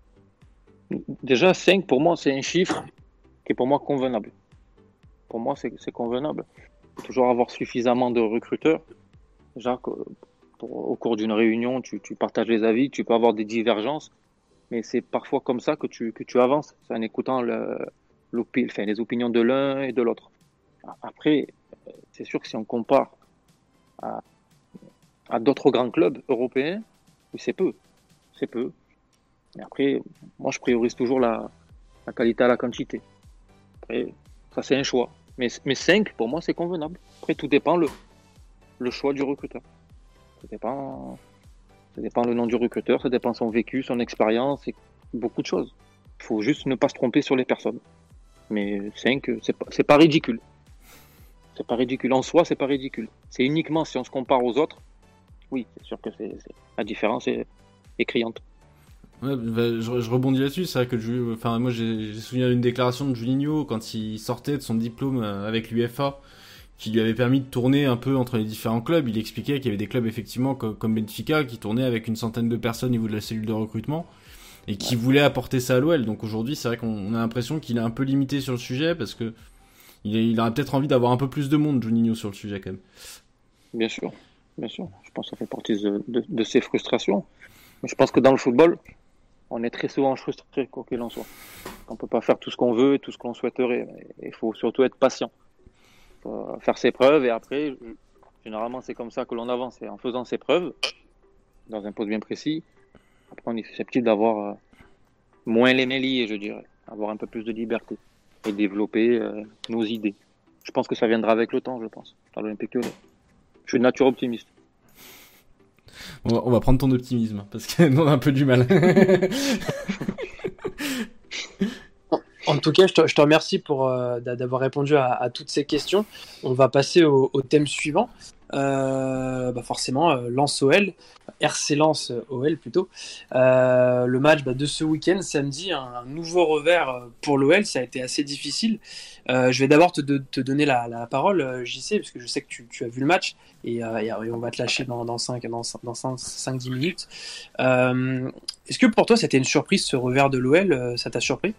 Déjà, cinq, pour moi, c'est un chiffre qui est pour moi convenable. Pour moi, c'est, c'est convenable. Il faut toujours avoir suffisamment de recruteurs. Déjà, pour, au cours d'une réunion, tu, tu partages les avis, tu peux avoir des divergences. Mais c'est parfois comme ça que tu, que tu avances, c'est en écoutant le, enfin, les opinions de l'un et de l'autre. Après, c'est sûr que si on compare à, à d'autres grands clubs européens, oui, c'est peu. C'est peu. Mais après, moi, je priorise toujours la, la qualité à la quantité. Après, ça, c'est un choix. Mais, mais cinq, pour moi, c'est convenable. Après, tout dépend le, le choix du recruteur. Ça dépend... Ça dépend le nom du recruteur, ça dépend son vécu, son expérience, et beaucoup de choses. Il faut juste ne pas se tromper sur les personnes. Mais cinq, c'est pas, c'est pas ridicule. C'est pas ridicule. En soi, c'est pas ridicule. C'est uniquement si on se compare aux autres. Oui, c'est sûr que c'est, c'est... la différence est, est criante. Ouais, bah, je, je rebondis là-dessus. C'est vrai que je, enfin, moi, j'ai, j'ai souvenir d'une déclaration de Juninho quand il sortait de son diplôme avec l'U F A, qui lui avait permis de tourner un peu entre les différents clubs. Il expliquait qu'il y avait des clubs effectivement comme, comme Benfica qui tournaient avec une centaine de personnes au niveau de la cellule de recrutement et qui ouais. voulaient apporter ça à l'O L. Donc aujourd'hui, c'est vrai qu'on a l'impression qu'il est un peu limité sur le sujet parce que il, est, il aurait peut-être envie d'avoir un peu plus de monde, Juninho, sur le sujet quand même. Bien sûr, bien sûr. Je pense que ça fait partie de, de, de ses frustrations. Mais je pense que dans le football, on est très souvent frustré, quoi qu'il en soit. On peut pas faire tout ce qu'on veut et tout ce qu'on souhaiterait. Il faut surtout être patient. Faire ses preuves et après, généralement c'est comme ça que l'on avance, et en faisant ses preuves dans un poste bien précis, Après, on est susceptible d'avoir euh, moins les mains liées, je dirais, avoir un peu plus de liberté et développer euh, nos idées. Je pense que ça viendra avec le temps, je pense, à l'Olympique Lyonnais. Je suis de nature optimiste. On va, on va prendre ton optimisme, parce que nous on a un peu du mal. En tout cas, je te, je te remercie pour euh, d'avoir répondu à, à toutes ces questions. On va passer au, au thème suivant. Euh, bah forcément, euh, Lens O L, R C Lens O L plutôt. Euh, le match bah, de ce week-end, samedi, un, un nouveau revers pour l'O L. Ça a été assez difficile. Euh, je vais d'abord te, de, te donner la, la parole, J C, parce que je sais que tu, tu as vu le match et, euh, et on va te lâcher dans, dans cinq à dix minutes. Euh, Est-ce que pour toi, c'était une surprise ce revers de l'O L? Ça t'a surpris?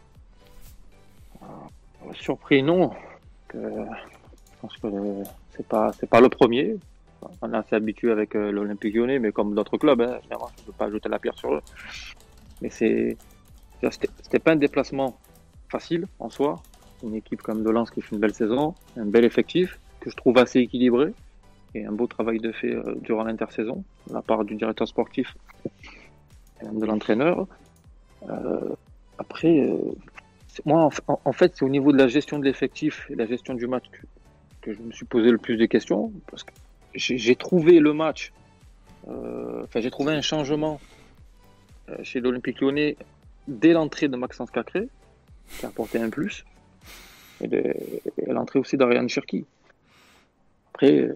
Surpris, non. Que, je pense que euh, c'est pas, c'est pas le premier. On est assez habitué avec euh, l'Olympique Lyonnais, mais comme d'autres clubs, hein, je ne veux pas jeter la pierre sur eux. Mais c'est, c'était, c'était pas un déplacement facile en soi. Une équipe comme de Lens qui fait une belle saison, un bel effectif que je trouve assez équilibré et un beau travail de fait euh, durant l'intersaison de la part du directeur sportif et même de l'entraîneur. Euh, après. Euh, Moi, en, en fait, c'est au niveau de la gestion de l'effectif et la gestion du match que, que je me suis posé le plus de questions. Parce que j'ai, j'ai trouvé le match, euh, enfin, j'ai trouvé un changement euh, chez l'Olympique Lyonnais dès l'entrée de Maxence Cacré, qui a apporté un plus, et, de, et l'entrée aussi d'Ariane Cherki. Après, euh,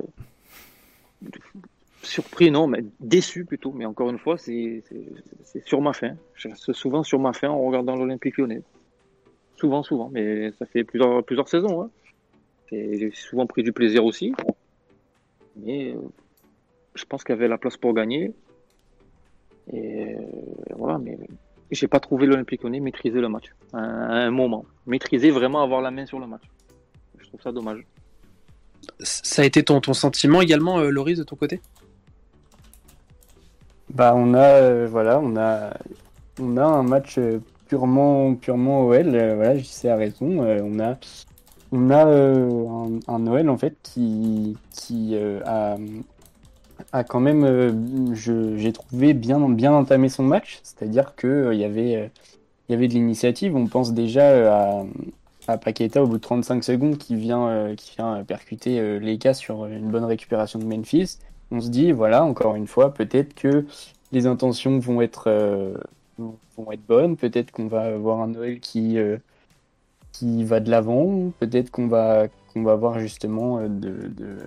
surpris, non, mais déçu plutôt. Mais encore une fois, c'est, c'est, c'est sur ma faim. Je reste souvent sur ma faim en regardant l'Olympique Lyonnais. Souvent, souvent, mais ça fait plusieurs, plusieurs saisons. Hein. Et j'ai souvent pris du plaisir aussi. Mais euh, je pense qu'il y avait la place pour gagner. Et euh, voilà, mais j'ai pas trouvé l'Olympique Lyonnais maîtriser le match à un moment. Maîtriser, vraiment avoir la main sur le match. Je trouve ça dommage. Ça a été ton, ton sentiment également, euh, Loris, de ton côté? Bah, on a, euh, voilà, on a, on a un match. Euh, purement purement O L, euh, voilà, J C a raison, euh, on a on a euh, un, un O L en fait qui qui euh, a a quand même euh, je j'ai trouvé bien bien entamé son match, c'est-à-dire que euh, il y avait euh, il y avait de l'initiative, on pense déjà euh, à à Paqueta au bout de trente-cinq secondes qui vient euh, qui vient percuter euh, les gars sur une bonne récupération de Memphis. On se dit voilà, encore une fois, peut-être que les intentions vont être euh, vont être bonnes, peut-être qu'on va avoir un Noël qui euh, qui va de l'avant, peut-être qu'on va qu'on va avoir justement euh, de,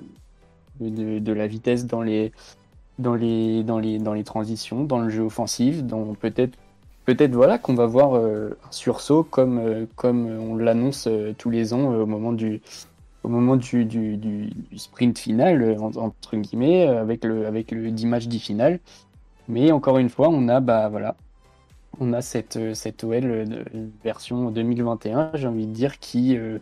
de de de la vitesse dans les dans les dans les dans les transitions, dans le jeu offensif, dans peut-être peut-être voilà qu'on va voir euh, un sursaut comme euh, comme on l'annonce euh, tous les ans euh, au moment du au moment du du, du, du sprint final euh, entre guillemets avec le avec le dix matchs dix finales. Mais encore une fois, on a bah voilà on a cette, cette O L de version deux mille vingt et un, j'ai envie de dire, qui, euh,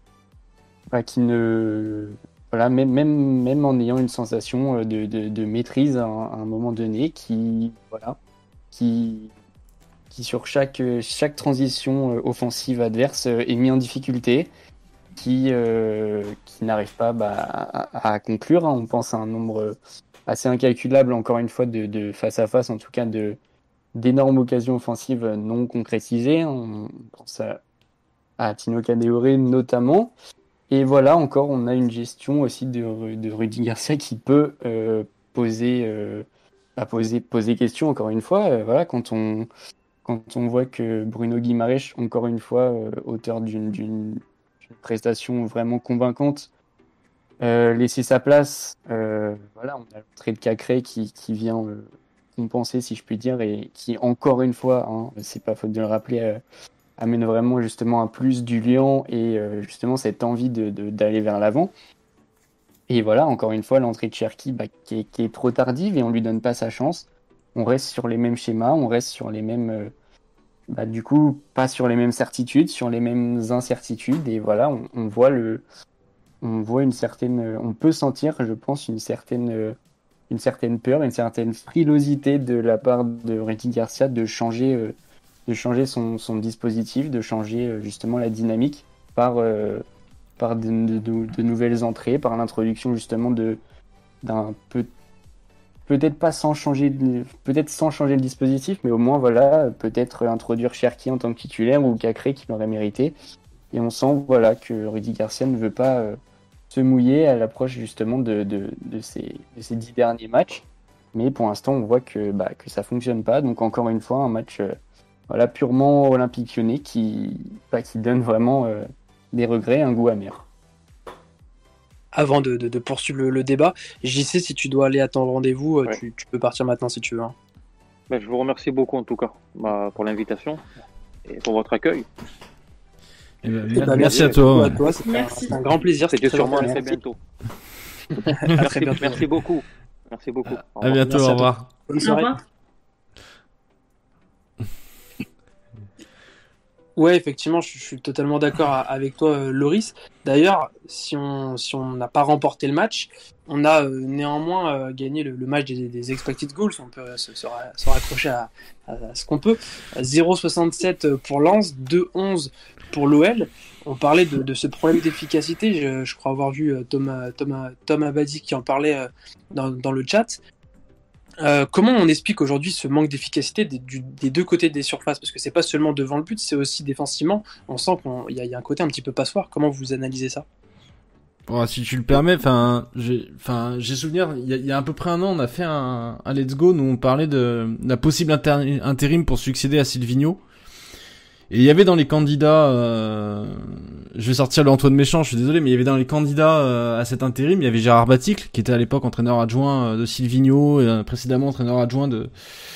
bah, qui ne. Voilà, même, même, même en ayant une sensation de, de, de maîtrise à un, à un moment donné, qui. Voilà. Qui, qui sur chaque, chaque transition offensive adverse est mis en difficulté, qui, euh, qui n'arrive pas bah, à, à conclure. Hein. On pense à un nombre assez incalculable, encore une fois, de, de face à face, en tout cas, de. d'énormes occasions offensives non concrétisées. On pense à, à Tino Kadewere notamment. Et voilà, encore, on a une gestion aussi de, de Rudy Garcia qui peut euh, poser, euh, bah, poser, poser question, encore une fois. Euh, voilà, quand on, quand on voit que Bruno Guimaraes, encore une fois, euh, auteur d'une, d'une, d'une prestation vraiment convaincante, euh, laisser sa place. Euh, voilà, on a l'entrée de Cacré qui, qui vient... Euh, compenser si je puis dire et qui encore une fois hein, c'est pas faute de le rappeler euh, amène vraiment justement un plus du lion et euh, justement cette envie de, de, d'aller vers l'avant et voilà encore une fois l'entrée de Cherki bah, qui, est, qui est trop tardive et on lui donne pas sa chance, on reste sur les mêmes schémas, on reste sur les mêmes euh, bah, du coup pas sur les mêmes certitudes, sur les mêmes incertitudes et voilà on, on voit le on voit une certaine on peut sentir je pense une certaine euh, une certaine peur, une certaine frilosité de la part de Rudy Garcia de changer, euh, de changer son, son dispositif, de changer euh, justement la dynamique par, euh, par de, de, de, de nouvelles entrées, par l'introduction justement de, d'un, peu, peut-être pas sans changer, de, peut-être sans changer le dispositif, mais au moins voilà, peut-être introduire Cherki en tant que titulaire ou Cacré qui l'aurait mérité. Et on sent voilà que Rudy Garcia ne veut pas euh, se mouiller à l'approche justement de, de, de, ces, de ces dix derniers matchs. Mais pour l'instant, on voit que bah, que ça fonctionne pas. Donc encore une fois, un match euh, voilà purement Olympique Lyonnais qui bah, qui donne vraiment euh, des regrets, un goût amer. Avant de, de, de poursuivre le, le débat, J C, si tu dois aller à ton rendez-vous, Ouais. tu, tu peux partir maintenant si tu veux. Hein. Ben, je vous remercie beaucoup en tout cas bah, pour l'invitation et pour votre accueil. Eh ben, Eh mer- ben, merci à beaucoup toi. à toi. C'était un, Merci. c'était un grand plaisir. C'était très sûrement à intéressant. très bientôt. À Merci, très bientôt. merci beaucoup. Merci beaucoup. Au À revoir. bientôt, Merci au à toi. revoir. Bonne Au soirée. revoir. Ouais, effectivement, je, je suis totalement d'accord a- avec toi, euh, Loris. D'ailleurs, si on si on n'a pas remporté le match, on a euh, néanmoins euh, gagné le, le match des, des expected goals. On peut euh, se, se, ra- se raccrocher à, à, à ce qu'on peut. zéro virgule soixante-sept pour Lens, deux virgule onze pour l'O L. On parlait de, de ce problème d'efficacité. Je, je crois avoir vu euh, Thomas, Thomas, Tom Abadi qui en parlait euh, dans, dans le chat. Euh, comment on explique aujourd'hui ce manque d'efficacité des, du- des deux côtés des surfaces? Parce que c'est pas seulement devant le but, c'est aussi défensivement. On sent qu'il y, y a un côté un petit peu passoire. Comment vous analysez ça? Oh, si tu le permets, enfin, j'ai, enfin, j'ai souvenir, il y, a, il y a à peu près un an, on a fait un, un Let's Go où on parlait de la possible inter- intérim pour succéder à Silvino. Et il y avait dans les candidats, euh, je vais sortir le Antoine Méchant, je suis désolé, mais il y avait dans les candidats euh, à cet intérim, il y avait Gérard Baticle, qui était à l'époque entraîneur adjoint euh, de Silvino, et euh, précédemment entraîneur adjoint de,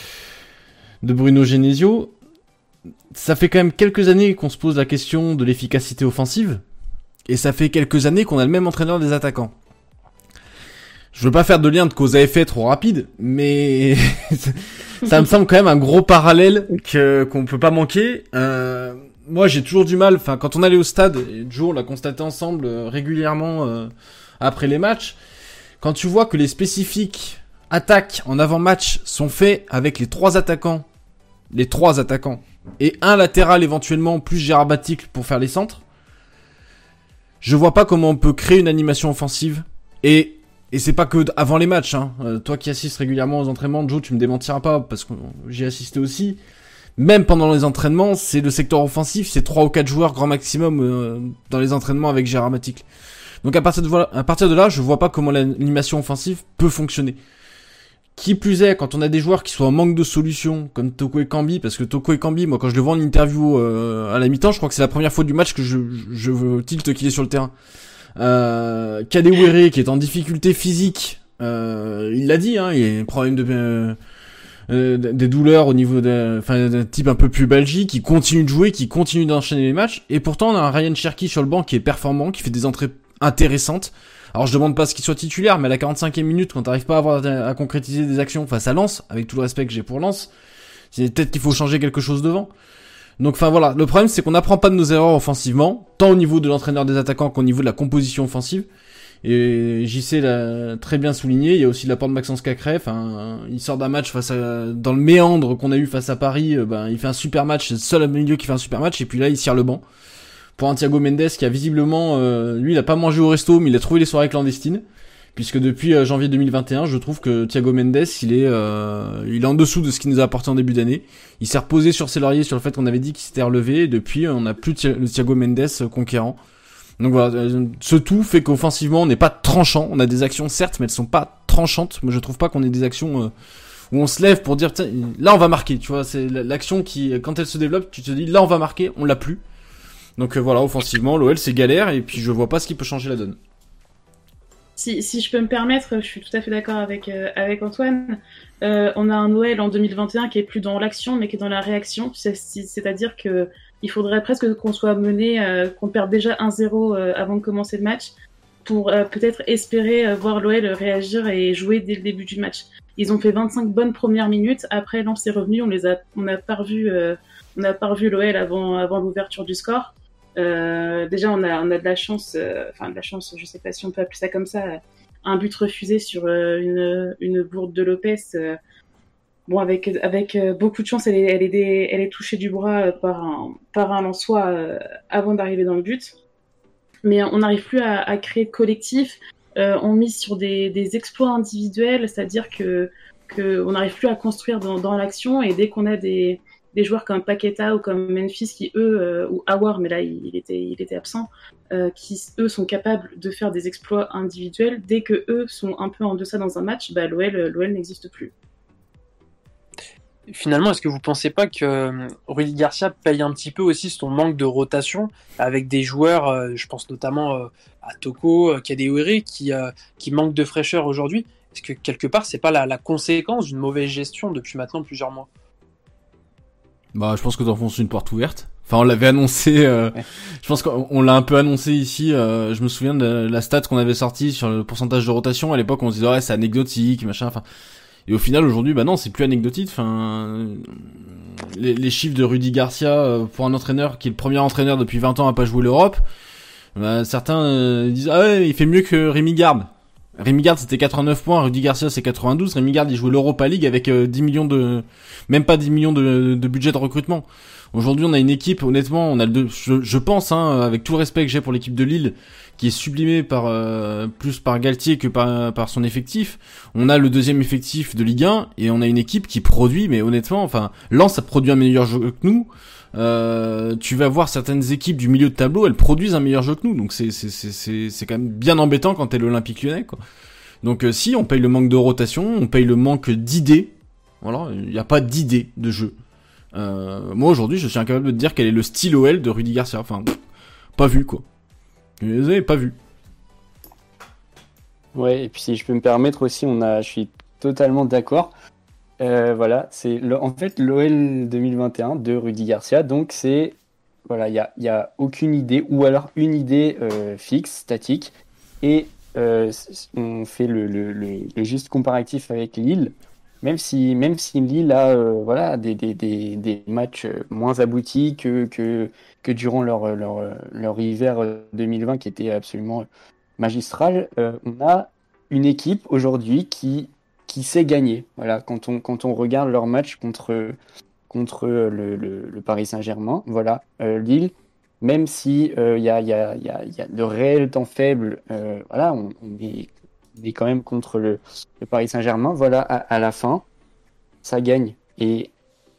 de Bruno Genesio. Ça fait quand même quelques années qu'on se pose la question de l'efficacité offensive, et ça fait quelques années qu'on a le même entraîneur des attaquants. Je veux pas faire de lien de cause à effet trop rapide, mais ça me semble quand même un gros parallèle que qu'on peut pas manquer. Euh, moi, j'ai toujours du mal. Enfin, quand on allait au stade, et Joe l'a constaté ensemble euh, régulièrement euh, après les matchs, quand tu vois que les spécifiques attaques en avant-match sont faits avec les trois attaquants, les trois attaquants et un latéral éventuellement plus Gérard Baticle pour faire les centres, je vois pas comment on peut créer une animation offensive et Et c'est pas que d- avant les matchs, hein. Euh, toi qui assistes régulièrement aux entraînements, Joe, tu me démentiras pas, parce que j'y ai assisté aussi. Même pendant les entraînements, c'est le secteur offensif, c'est trois ou quatre joueurs grand maximum euh, dans les entraînements avec Gérard Baticle. Donc à partir de voilà, à partir de là, je vois pas comment l'animation offensive peut fonctionner. Qui plus est, quand on a des joueurs qui sont en manque de solutions, comme Toko Ekambi, parce que Toko Ekambi, moi quand je le vois en interview euh, à la mi-temps, je crois que c'est la première fois du match que je, je, je tilte qu'il est sur le terrain. Euh, Kadewere qui est en difficulté physique, euh, il l'a dit, hein, il y a un problème de euh, euh, des douleurs au niveau de, enfin, d'un type un peu plus belgique, qui continue de jouer, qui continue d'enchaîner les matchs, et pourtant on a un Ryan Cherki sur le banc qui est performant, qui fait des entrées intéressantes. Alors je demande pas ce qu'il soit titulaire, mais à la quarante-cinquième minute, quand t'arrives pas à avoir à concrétiser des actions face à Lens, avec tout le respect que j'ai pour Lens, c'est peut-être qu'il faut changer quelque chose devant. Donc enfin voilà, le problème c'est qu'on n'apprend pas de nos erreurs offensivement, tant au niveau de l'entraîneur des attaquants qu'au niveau de la composition offensive. Et J C l'a très bien souligné, il y a aussi l'apport de Maxence Cacré, enfin il sort d'un match face à dans le méandre qu'on a eu face à Paris, euh, ben il fait un super match, c'est le seul milieu qui fait un super match et puis là il tire le banc. Pour un Thiago Mendes qui a visiblement euh, lui il a pas mangé au resto mais il a trouvé les soirées clandestines. Puisque depuis euh, janvier deux mille vingt et un, je trouve que Thiago Mendes, il est, euh, il est en dessous de ce qu'il nous a apporté en début d'année. Il s'est reposé sur ses lauriers sur le fait qu'on avait dit qu'il s'était relevé, et depuis, on n'a plus le Thiago Mendes euh, conquérant. Donc voilà, euh, ce tout fait qu'offensivement, on n'est pas tranchant. On a des actions, certes, mais elles sont pas tranchantes. Moi, je trouve pas qu'on ait des actions euh, où on se lève pour dire, tiens, là, on va marquer. Tu vois, c'est l'action qui, quand elle se développe, tu te dis, là, on va marquer, on l'a plus. Donc euh, voilà, offensivement, l'O L, c'est galère, et puis je vois pas ce qui peut changer la donne. Si, si je peux me permettre, je suis tout à fait d'accord avec, euh, avec Antoine. Euh, on a un Noël en deux mille vingt et un qui est plus dans l'action, mais qui est dans la réaction. C'est, c'est-à-dire que il faudrait presque qu'on soit mené, euh, qu'on perde déjà un zéro euh, avant de commencer le match, pour euh, peut-être espérer euh, voir l'O L réagir et jouer dès le début du match. Ils ont fait vingt-cinq bonnes premières minutes. Après, Lens est revenu, on les a, on n'a pas revu, euh, on n'a pas revu l'O L avant, avant l'ouverture du score. Euh, déjà, on a, on a de la chance, euh, enfin de la chance, je sais pas si on peut appeler ça comme ça, euh, un but refusé sur euh, une, une bourde de Lopez. Euh, bon, avec, avec euh, beaucoup de chance, elle est, elle est, des, elle est touchée du bras euh, par un, par un Lensois euh, avant d'arriver dans le but. Mais on n'arrive plus à, à créer de collectif. euh, on mise sur des, des exploits individuels, c'est-à-dire que, que on n'arrive plus à construire dans, dans l'action, et dès qu'on a des, des joueurs comme Paqueta ou comme Memphis qui eux, euh, ou Awar, mais là il, il était, il était absent, euh, qui eux sont capables de faire des exploits individuels, dès que eux sont un peu en deçà dans un match, bah l'O L, l'O L n'existe plus. Finalement, est-ce que vous pensez pas que euh, Rudy Garcia paye un petit peu aussi son manque de rotation avec des joueurs, euh, je pense notamment euh, à Toko, euh, Kadewere, qui, euh, qui manquent de fraîcheur aujourd'hui? Est-ce que quelque part, c'est pas la, la conséquence d'une mauvaise gestion depuis maintenant plusieurs mois? Bah, je pense que t'enfonces une porte ouverte. Enfin, on l'avait annoncé, euh, ouais. Je pense qu'on on l'a un peu annoncé ici, euh, je me souviens de la stat qu'on avait sortie sur le pourcentage de rotation. À l'époque, on se disait, ouais, c'est anecdotique, machin, enfin... Et au final, aujourd'hui, bah non, c'est plus anecdotique. Enfin, les, les chiffres de Rudy Garcia pour un entraîneur qui est le premier entraîneur depuis vingt ans à pas jouer l'Europe, bah, certains euh, disent ah ouais, il fait mieux que Rémi Garde. Rémi Garde c'était quatre-vingt-neuf points, Rudy Garcia c'est quatre-vingt-douze. Rémi Garde il jouait l'Europa League avec euh, dix millions de, même pas dix millions de, de budget de recrutement. Aujourd'hui, on a une équipe, honnêtement, on a le, je, je pense, hein, avec tout le respect que j'ai pour l'équipe de Lille, qui est sublimée par euh, plus par Galtier que par par son effectif. On a le deuxième effectif de Ligue un et on a une équipe qui produit, mais honnêtement, enfin, Lens a produit un meilleur jeu que nous. Euh, tu vas voir certaines équipes du milieu de tableau, elles produisent un meilleur jeu que nous, donc c'est c'est c'est c'est c'est quand même bien embêtant quand t'es l'Olympique Lyonnais, quoi. Donc euh, si on paye le manque de rotation, on paye le manque d'idées. Voilà, il y a pas d'idées de jeu. Euh, moi aujourd'hui, je suis incapable de te dire quel est le style O L de Rudy Garcia. Enfin, pff, pas vu quoi. Vous avez pas vu. Ouais, et puis si je peux me permettre aussi, on a, je suis totalement d'accord. Euh, voilà, c'est le, en fait l'O L deux mille vingt et un de Rudy Garcia. Donc c'est voilà, il y a, y a aucune idée ou alors une idée euh, fixe, statique, et euh, on fait le, le, le, le juste comparatif avec Lille. Même si, même si Lille a euh, voilà, des, des, des, des matchs moins aboutis que, que, que durant leur, leur, leur hiver deux mille vingt qui était absolument magistral, euh, on a une équipe aujourd'hui qui, qui sait gagner. Voilà, quand, on, quand on regarde leur match contre, contre le, le, le Paris Saint-Germain, voilà, euh, Lille, même si il euh, y, a, y, a, y, a, y a de réels temps faibles, euh, voilà, on, on est... est quand même contre le, le Paris Saint-Germain, voilà, à, à la fin, ça gagne. Et,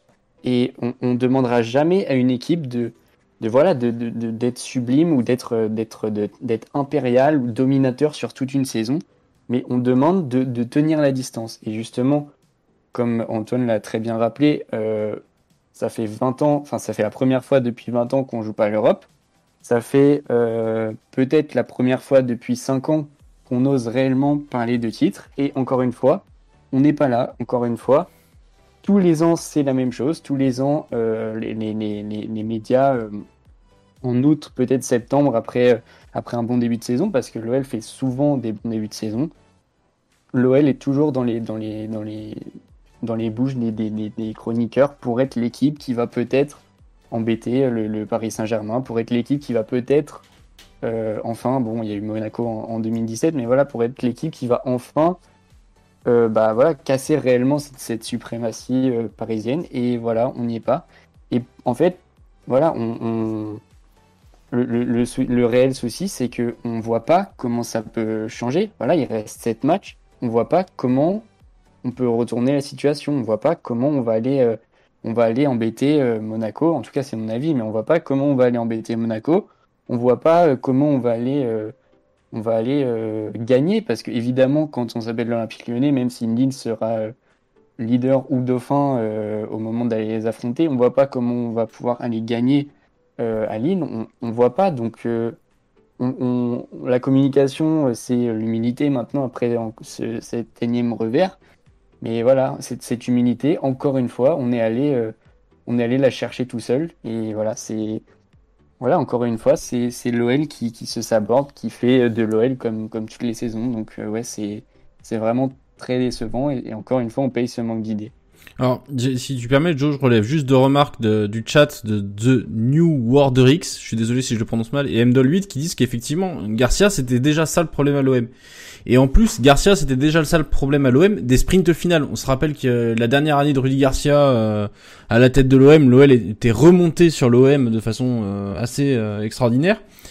et on ne demandera jamais à une équipe de, de voilà, de, de, de, d'être sublime ou d'être, d'être, de, d'être impérial ou dominateur sur toute une saison, mais on demande de, de tenir la distance. Et justement, comme Antoine l'a très bien rappelé, euh, ça fait vingt ans, enfin ça fait la première fois depuis vingt ans qu'on joue pas à l'Europe, ça fait euh, peut-être la première fois depuis cinq ans qu'on ose réellement parler de titre. Et encore une fois, on n'est pas là, encore une fois. Tous les ans, c'est la même chose. Tous les ans, euh, les, les, les, les médias, euh, en août, peut-être septembre, après, euh, après un bon début de saison, parce que l'O L fait souvent des bons débuts de saison, l'O L est toujours dans les, dans les, dans les, dans les bouches des, des, des, des chroniqueurs pour être l'équipe qui va peut-être embêter le, le Paris Saint-Germain, pour être l'équipe qui va peut-être Euh, enfin, bon, il y a eu Monaco en, en deux mille dix-sept, mais voilà, pour être l'équipe qui va enfin euh, bah, voilà, casser réellement cette, cette suprématie euh, parisienne. Et voilà, on n'y est pas. Et en fait, voilà, on, on... Le, le, le, le réel souci, c'est qu'on ne voit pas comment ça peut changer. Voilà, il reste sept matchs. On ne voit pas comment on peut retourner la situation. On ne voit pas comment on va aller, euh, on va aller embêter euh, Monaco. En tout cas, c'est mon avis, mais on ne voit pas comment on va aller embêter Monaco. On voit pas euh, comment on va aller, euh, on va aller euh, gagner, parce que évidemment, quand on s'appelle l'Olympique Lyonnais, même si Lille sera euh, leader ou dauphin euh, au moment d'aller les affronter, on voit pas comment on va pouvoir aller gagner euh, à Lille. On, on voit pas, donc euh, on, on, la communication, c'est l'humilité maintenant après en, ce, cet énième revers. Mais voilà, cette, cette humilité, encore une fois, on est allé, euh, on est allé la chercher tout seul, et voilà, c'est Voilà, encore une fois, c'est, c'est l'O L qui, qui se saborde, qui fait de l'O L comme, comme toutes les saisons. Donc, euh, ouais, c'est, c'est vraiment très décevant. Et, et encore une fois, on paye ce manque d'idées. Alors, si tu permets, Joe, je relève juste deux remarques de, du chat de The New Worderix. Je suis désolé si je le prononce mal. Et Mdol huit qui disent qu'effectivement, Garcia, c'était déjà ça le problème à l'O M. Et en plus, Garcia, c'était déjà le sale problème à l'O M des sprints finales. On se rappelle que euh, la dernière année de Rudy Garcia euh, à la tête de l'O M, l'O L était remonté sur l'O M de façon euh, assez euh, extraordinaire.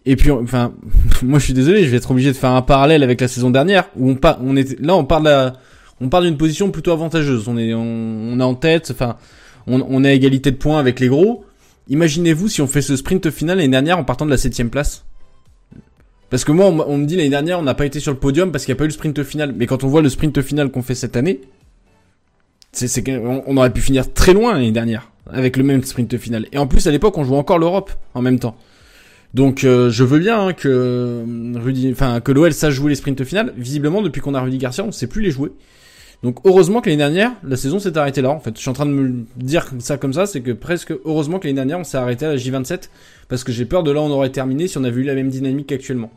Et puis, enfin, moi je suis désolé, je vais être obligé de faire un parallèle avec la saison dernière où on pas, on était, là on parle de la, on parle d'une position plutôt avantageuse. On est, on, on est en tête, enfin, on, on est à égalité de points avec les gros. Imaginez-vous si on fait ce sprint final l'année dernière en partant de la septième place. Parce que moi, on, on me dit l'année dernière, on n'a pas été sur le podium parce qu'il n'y a pas eu le sprint final. Mais quand on voit le sprint final qu'on fait cette année, c'est, c'est, on, on aurait pu finir très loin l'année dernière avec le même sprint final. Et en plus, à l'époque, on jouait encore l'Europe en même temps. Donc, euh, je veux bien hein, que Rudy, enfin que l'O L sache jouer les sprints finales. Visiblement, depuis qu'on a Rudy Garcia, on ne sait plus les jouer. Donc, heureusement que l'année dernière, la saison s'est arrêtée là. En fait, je suis en train de me dire ça comme ça, c'est que presque heureusement que l'année dernière, on s'est arrêté à la J vingt-sept parce que j'ai peur de là où on aurait terminé si on avait eu la même dynamique qu'actuellement.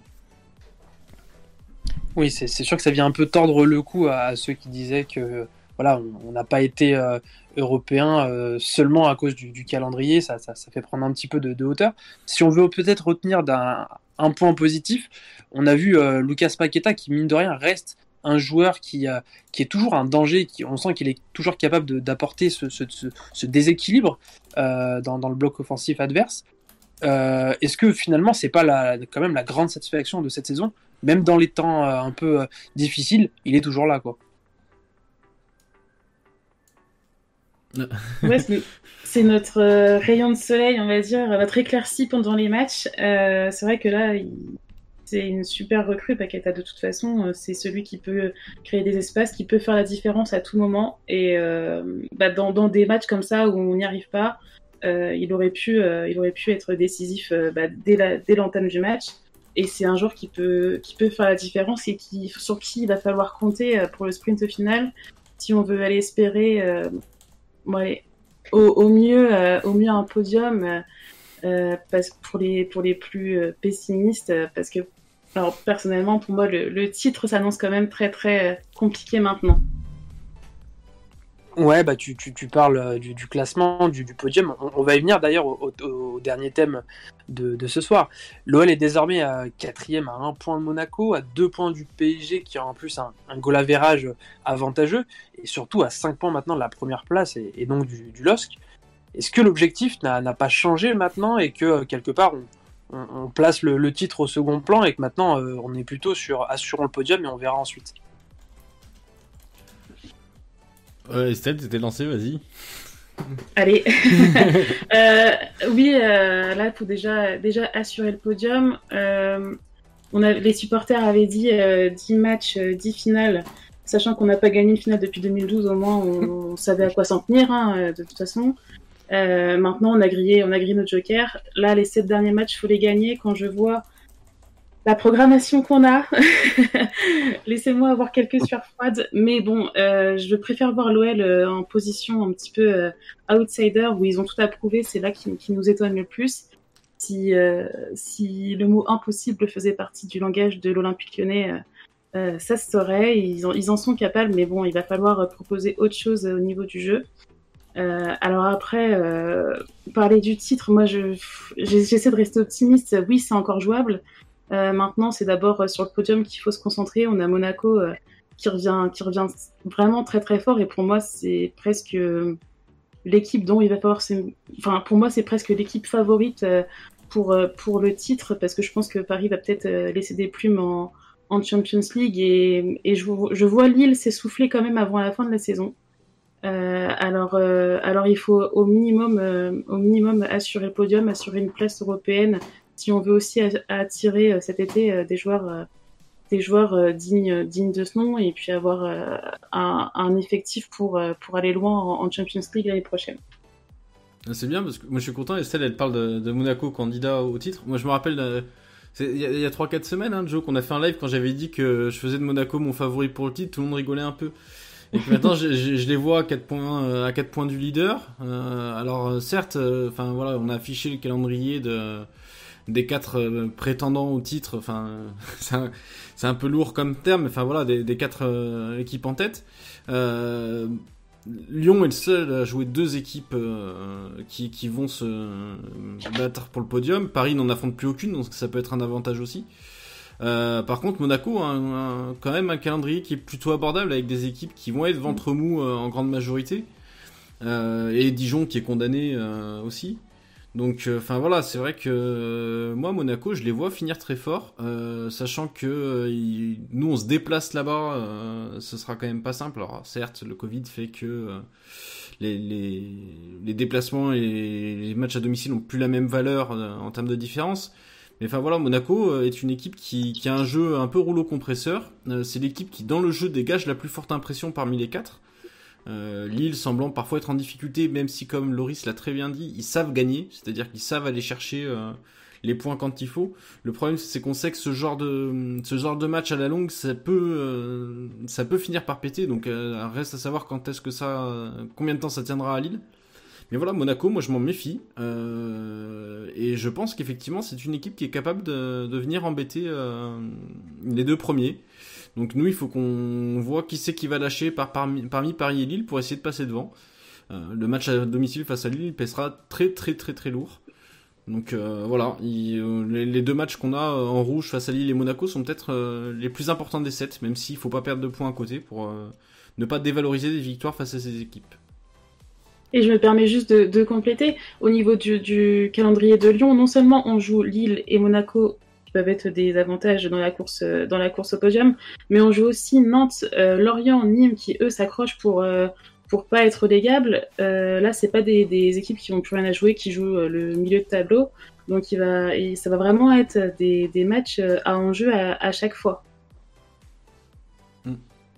Oui, c'est, c'est sûr que ça vient un peu tordre le cou à, à ceux qui disaient que voilà, on n'a pas été euh, européen euh, seulement à cause du, du calendrier. Ça, ça, ça fait prendre un petit peu de, de hauteur. Si on veut peut-être retenir d'un un point positif, on a vu euh, Lucas Paqueta qui mine de rien reste un joueur qui, euh, qui est toujours un danger. Qui, on sent qu'il est toujours capable de, d'apporter ce, ce, ce, ce déséquilibre euh, dans, dans le bloc offensif adverse. Euh, est-ce que finalement c'est pas la, quand même la grande satisfaction de cette saison, même dans les temps euh, un peu euh, difficiles, il est toujours là, quoi. Ouais, c'est, c'est notre euh, rayon de soleil, on va dire, notre éclaircie pendant les matchs. Euh, c'est vrai que là, il... c'est une super recrue, Paqueta, de toute façon. C'est celui qui peut créer des espaces, qui peut faire la différence à tout moment. Et euh, bah, dans, dans des matchs comme ça où on n'y arrive pas, euh, il, aurait pu, euh, il aurait pu être décisif euh, bah, dès, la, dès l'entame du match. Et c'est un joueur qui peut, qui peut faire la différence et qui, sur qui il va falloir compter pour le sprint final si on veut aller espérer... Euh, Ouais, au, au mieux, euh, au mieux un podium, euh, euh, parce pour les pour les plus euh, pessimistes, euh, parce que, alors personnellement pour moi le, le titre s'annonce quand même très très euh, compliqué maintenant. Ouais, bah tu, tu, tu parles du, du classement, du, du podium. On, on va y venir d'ailleurs au, au, au dernier thème de, de ce soir. L'O L est désormais à quatrième à un point de Monaco, à deux points du P S G qui a en plus un, un goal average avantageux, et surtout à cinq points maintenant de la première place et, et donc du, du L O S C. Est-ce que l'objectif n'a, n'a pas changé maintenant et que quelque part on, on, on place le, le titre au second plan et que maintenant euh, on est plutôt sur assurant le podium et on verra ensuite? Euh, Estelle, t'étais lancée, vas-y. Allez. euh, oui, euh, là, pour déjà, déjà assurer le podium, euh, on a, les supporters avaient dit euh, dix matchs, euh, dix finales, sachant qu'on n'a pas gagné une finale depuis deux mille douze, au moins on, on savait à quoi s'en tenir, hein, de toute façon. Euh, maintenant, on a grillé, on a grillé notre joker. Là, les sept derniers matchs, il faut les gagner. Quand je vois la programmation qu'on a, laissez-moi avoir quelques sueurs froides, mais bon, euh, je préfère voir l'O L euh, en position un petit peu euh, outsider, où ils ont tout approuvé, c'est là qui, qui nous étonne le plus. Si, euh, si le mot impossible faisait partie du langage de l'Olympique Lyonnais, euh, euh, ça se saurait, ils, ont, ils en sont capables, mais bon, il va falloir proposer autre chose au niveau du jeu. Euh, alors après, euh, parler du titre, moi je, j'essaie de rester optimiste, oui c'est encore jouable. Euh, maintenant, c'est d'abord euh, sur le podium qu'il faut se concentrer. On a Monaco euh, qui revient, qui revient vraiment très très fort, et pour moi, c'est presque euh, l'équipe dont il va falloir. Se... Enfin, pour moi, c'est presque l'équipe favorite euh, pour euh, pour le titre, parce que je pense que Paris va peut-être euh, laisser des plumes en, en Champions League, et, et je, je vois Lille s'essouffler quand même avant la fin de la saison. Euh, alors, euh, alors, il faut au minimum, euh, au minimum assurer le podium, assurer une place européenne. Si on veut aussi attirer euh, cet été euh, des joueurs, euh, des joueurs euh, dignes, dignes de ce nom, et puis avoir euh, un, un effectif pour, euh, pour aller loin en, en Champions League l'année prochaine. C'est bien parce que moi je suis content. Estelle, elle parle de, de Monaco candidat au titre. Moi je me rappelle, euh, il y, y a trois quatre semaines, hein, Joe, qu'on a fait un live quand j'avais dit que je faisais de Monaco mon favori pour le titre. Tout le monde rigolait un peu. Et puis maintenant, je, je, je les vois à quatre points, euh, à quatre points du leader. Euh, alors certes, enfin euh, voilà, on a affiché le calendrier de des quatre euh, prétendants au titre, enfin euh, c'est, un, c'est un peu lourd comme terme, mais enfin voilà, des, des quatre euh, équipes en tête. Euh, Lyon est le seul à jouer deux équipes euh, qui, qui vont se battre pour le podium. Paris n'en affronte plus aucune, donc ça peut être un avantage aussi. Euh, par contre, Monaco a un, un, quand même un calendrier qui est plutôt abordable, avec des équipes qui vont être ventre mou euh, en grande majorité, euh, et Dijon qui est condamné euh, aussi. Donc, enfin euh, voilà, c'est vrai que euh, moi, Monaco, je les vois finir très fort, euh, sachant que euh, ils, nous, on se déplace là-bas, euh, ce sera quand même pas simple. Alors, certes, le Covid fait que euh, les, les, les déplacements et les matchs à domicile ont plus la même valeur euh, en termes de différence. Mais enfin voilà, Monaco euh, est une équipe qui, qui a un jeu un peu rouleau compresseur. Euh, c'est l'équipe qui, dans le jeu, dégage la plus forte impression parmi les quatre. Euh, Lille semblant parfois être en difficulté, même si, comme Loris l'a très bien dit, ils savent gagner, c'est-à-dire qu'ils savent aller chercher euh, les points quand il faut. Le problème, c'est qu'on sait que ce genre de ce genre de match à la longue, ça peut euh, ça peut finir par péter. Donc euh, reste à savoir quand est-ce que ça, combien de temps ça tiendra à Lille. Mais voilà, Monaco, moi je m'en méfie euh, et je pense qu'effectivement c'est une équipe qui est capable de, de venir embêter euh, les deux premiers. Donc nous, il faut qu'on voit qui c'est qui va lâcher par, parmi, parmi Paris et Lille pour essayer de passer devant. Euh, le match à domicile face à Lille, il pèsera très très très très lourd. Donc euh, voilà, il, euh, les, les deux matchs qu'on a euh, en rouge face à Lille et Monaco sont peut-être euh, les plus importants des sept, même s'il ne faut pas perdre de points à côté pour euh, ne pas dévaloriser des victoires face à ces équipes. Et je me permets juste de, de compléter, au niveau du, du calendrier de Lyon, non seulement on joue Lille et Monaco, qui peuvent être des avantages dans la course, dans la course au podium, mais on joue aussi Nantes, euh, Lorient, Nîmes, qui eux s'accrochent pour euh, pour pas être relégables. Euh, là, c'est pas des, des équipes qui n'ont plus rien à jouer, qui jouent euh, le milieu de tableau, donc il va, et ça va vraiment être des, des matchs à enjeu à, à chaque fois. Mmh.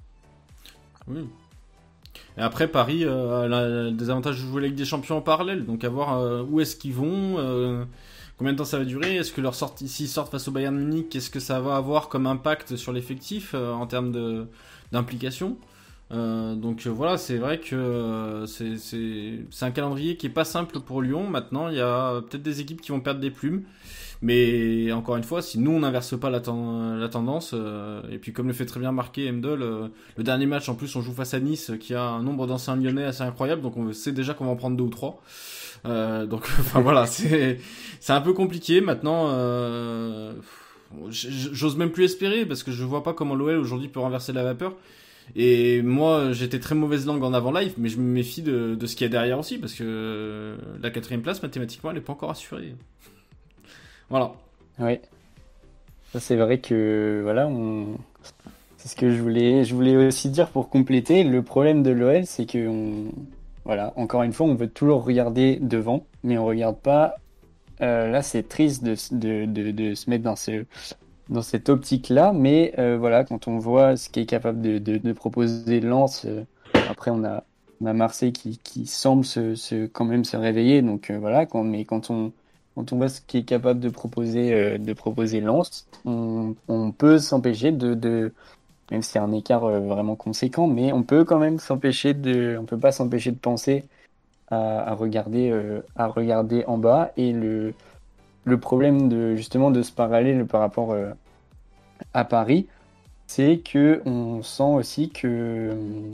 Oui. Et après, Paris euh, a, a des avantages de jouer la Ligue des Champions en parallèle, donc à voir euh, où est-ce qu'ils vont. Euh, Combien de temps ça va durer? Est-ce que leur sortie, s'ils sortent face au Bayern Munich, qu'est-ce que ça va avoir comme impact sur l'effectif euh, en termes de, d'implication? euh, Donc euh, voilà, c'est vrai que euh, c'est, c'est, c'est un calendrier qui est pas simple pour Lyon. Maintenant, il y a peut-être des équipes qui vont perdre des plumes. Mais encore une fois, si nous on n'inverse pas la, ten- la tendance, euh, et puis comme le fait très bien marquer Emdol, euh, le dernier match en plus on joue face à Nice qui a un nombre d'anciens lyonnais assez incroyable, donc on sait déjà qu'on va en prendre deux ou trois. Euh, donc enfin voilà, c'est c'est un peu compliqué maintenant. Euh, j'ose même plus espérer parce que je vois pas comment l'O L aujourd'hui peut renverser la vapeur. Et moi j'étais très mauvaise langue en avant live, mais je me méfie de, de ce qu'il y a derrière aussi parce que la quatrième place mathématiquement elle est pas encore assurée. Voilà. Oui. Ça, c'est vrai que voilà, on... c'est ce que je voulais, je voulais aussi dire pour compléter. Le problème de l'O L, c'est que on... voilà, encore une fois, on veut toujours regarder devant, mais on regarde pas. Euh, là, c'est triste de, de, de, de se mettre dans ce dans cette optique-là, mais euh, voilà, quand on voit ce qu'est capable de, de, de proposer Lens, euh, après on a on a Marseille qui, qui semble se, se quand même se réveiller, donc euh, voilà. Quand, mais quand on quand on voit ce qu'est capable de proposer euh, de proposer Lens, on, on peut s'empêcher de, de même si c'est un écart euh, vraiment conséquent, mais on peut quand même s'empêcher de on peut pas s'empêcher de penser à, à regarder euh, à regarder en bas. Et le le problème de justement de ce parallèle par rapport euh, à Paris, c'est que on sent aussi que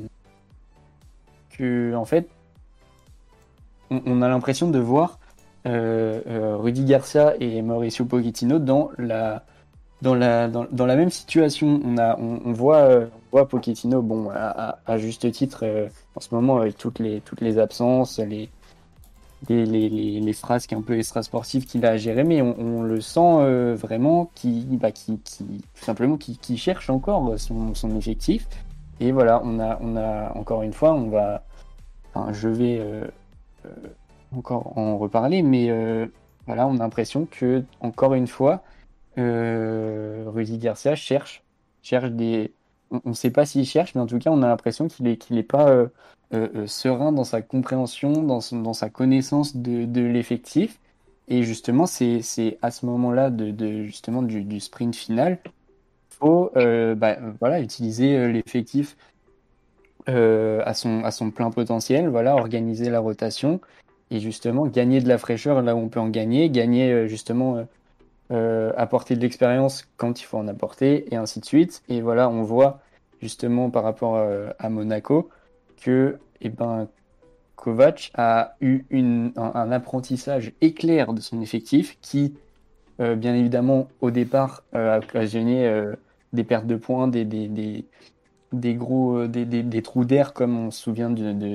que en fait on, on a l'impression de voir euh, euh, Rudy Garcia et Mauricio Pochettino dans la dans la dans, dans la même situation. On a on, on voit euh, on voit Pochettino, bon, à, à, à juste titre euh, en ce moment avec toutes les toutes les absences, les les, les, les, les frasques un peu extra-sportives qu'il a à gérer, mais on, on le sent euh, vraiment qui, bah, qui, qui, tout simplement, qui, qui cherche encore son, son effectif. Et voilà, on a, on a, encore une fois, on va, enfin, je vais euh, euh, encore en reparler, mais euh, voilà, on a l'impression que, encore une fois, euh, Rudy Garcia cherche, cherche des, on ne sait pas s'il cherche, mais en tout cas, on a l'impression qu'il est, qu'il est pas euh, euh, euh, serein dans sa compréhension, dans, son, dans sa connaissance de, de l'effectif. Et justement, c'est, c'est à ce moment-là de, de justement du, du sprint final, faut euh, bah, voilà, utiliser euh, l'effectif euh, à son, à son plein potentiel, voilà, organiser la rotation et justement gagner de la fraîcheur là où on peut en gagner, gagner euh, justement. Euh, Euh, apporter de l'expérience quand il faut en apporter, et ainsi de suite. Et voilà, on voit justement par rapport à, à Monaco que eh ben, Kovac a eu une, un, un apprentissage éclair de son effectif qui, euh, bien évidemment, au départ, euh, a occasionné euh, des pertes de points, des, des, des, des gros, euh, des, des, des trous d'air, comme on se souvient de, de,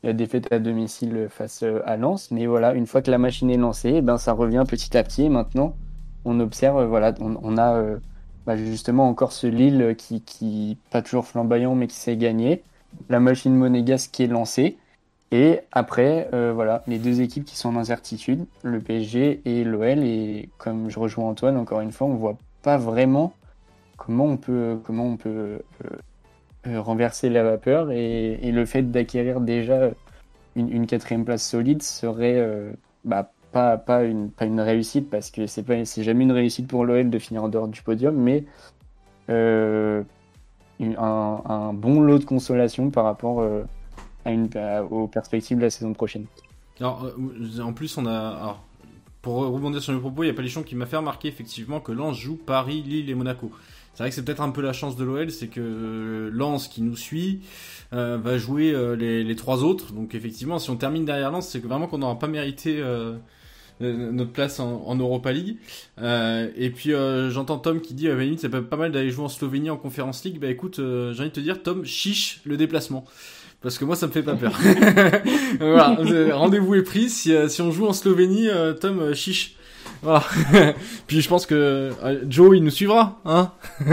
la défaite à domicile face à Lens. Mais voilà, une fois que la machine est lancée, eh ben, ça revient petit à petit. Et maintenant, on observe, voilà, on, on a euh, bah, justement encore ce Lille qui, qui, pas toujours flamboyant, mais qui sait gagner. La machine monégasque qui est lancée. Et après, euh, voilà, les deux équipes qui sont en incertitude, le P S G et l'O L. Et comme je rejoins Antoine, encore une fois, on voit pas vraiment comment on peut, comment on peut euh, euh, renverser la vapeur. Et, et le fait d'acquérir déjà une, une quatrième place solide serait euh, bah, pas, pas, une, pas une réussite, parce que c'est, pas, c'est jamais une réussite pour l'O L de finir en dehors du podium, mais euh, une, un, un bon lot de consolation par rapport euh, à une, à, aux perspectives de la saison prochaine. Alors, euh, en plus, on a... Alors, pour rebondir sur le propos, il y a Palichon qui m'a fait remarquer effectivement que Lens joue Paris, Lille et Monaco. C'est vrai que c'est peut-être un peu la chance de l'O L, c'est que Lens qui nous suit euh, va jouer euh, les, les trois autres. Donc effectivement, si on termine derrière Lens, c'est que vraiment qu'on n'aura pas mérité euh, notre place en, en Europa League. Euh, et puis euh, j'entends Tom qui dit, à limite, c'est pas mal d'aller jouer en Slovénie en Conference League. Bah écoute, euh, j'ai envie de te dire, Tom, chiche le déplacement. Parce que moi, ça me fait pas peur. Voilà, rendez-vous est pris. Si, euh, si on joue en Slovénie, euh, Tom, euh, chiche. Voilà. Puis je pense que euh, Joe, il nous suivra, hein.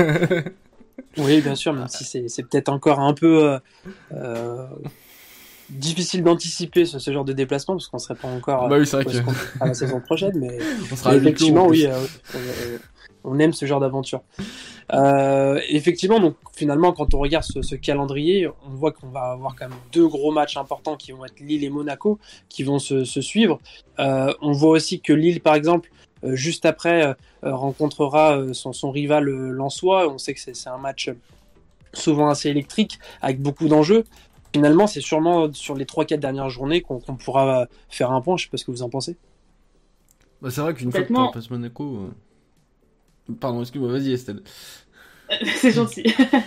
Oui, bien sûr, même si c'est, c'est peut-être encore un peu euh, euh, difficile d'anticiper ce, ce genre de déplacement, parce qu'on serait pas encore bah oui, c'est vrai que... à la saison prochaine, mais, on sera mais effectivement, oui, euh, on, on aime ce genre d'aventure. Euh, effectivement, donc finalement, quand on regarde ce, ce calendrier, on voit qu'on va avoir quand même deux gros matchs importants qui vont être Lille et Monaco, qui vont se, se suivre. Euh, on voit aussi que Lille, par exemple, euh, juste après, euh, rencontrera euh, son, son rival euh, lensois. On sait que c'est, c'est un match souvent assez électrique, avec beaucoup d'enjeux. Finalement, c'est sûrement sur les trois quatre dernières journées qu'on, qu'on pourra faire un point. Je sais pas ce que vous en pensez. Bah, c'est vrai qu'une fois que tu passes Monaco... Euh... Pardon, excuse-moi, vas-y Estelle. C'est gentil.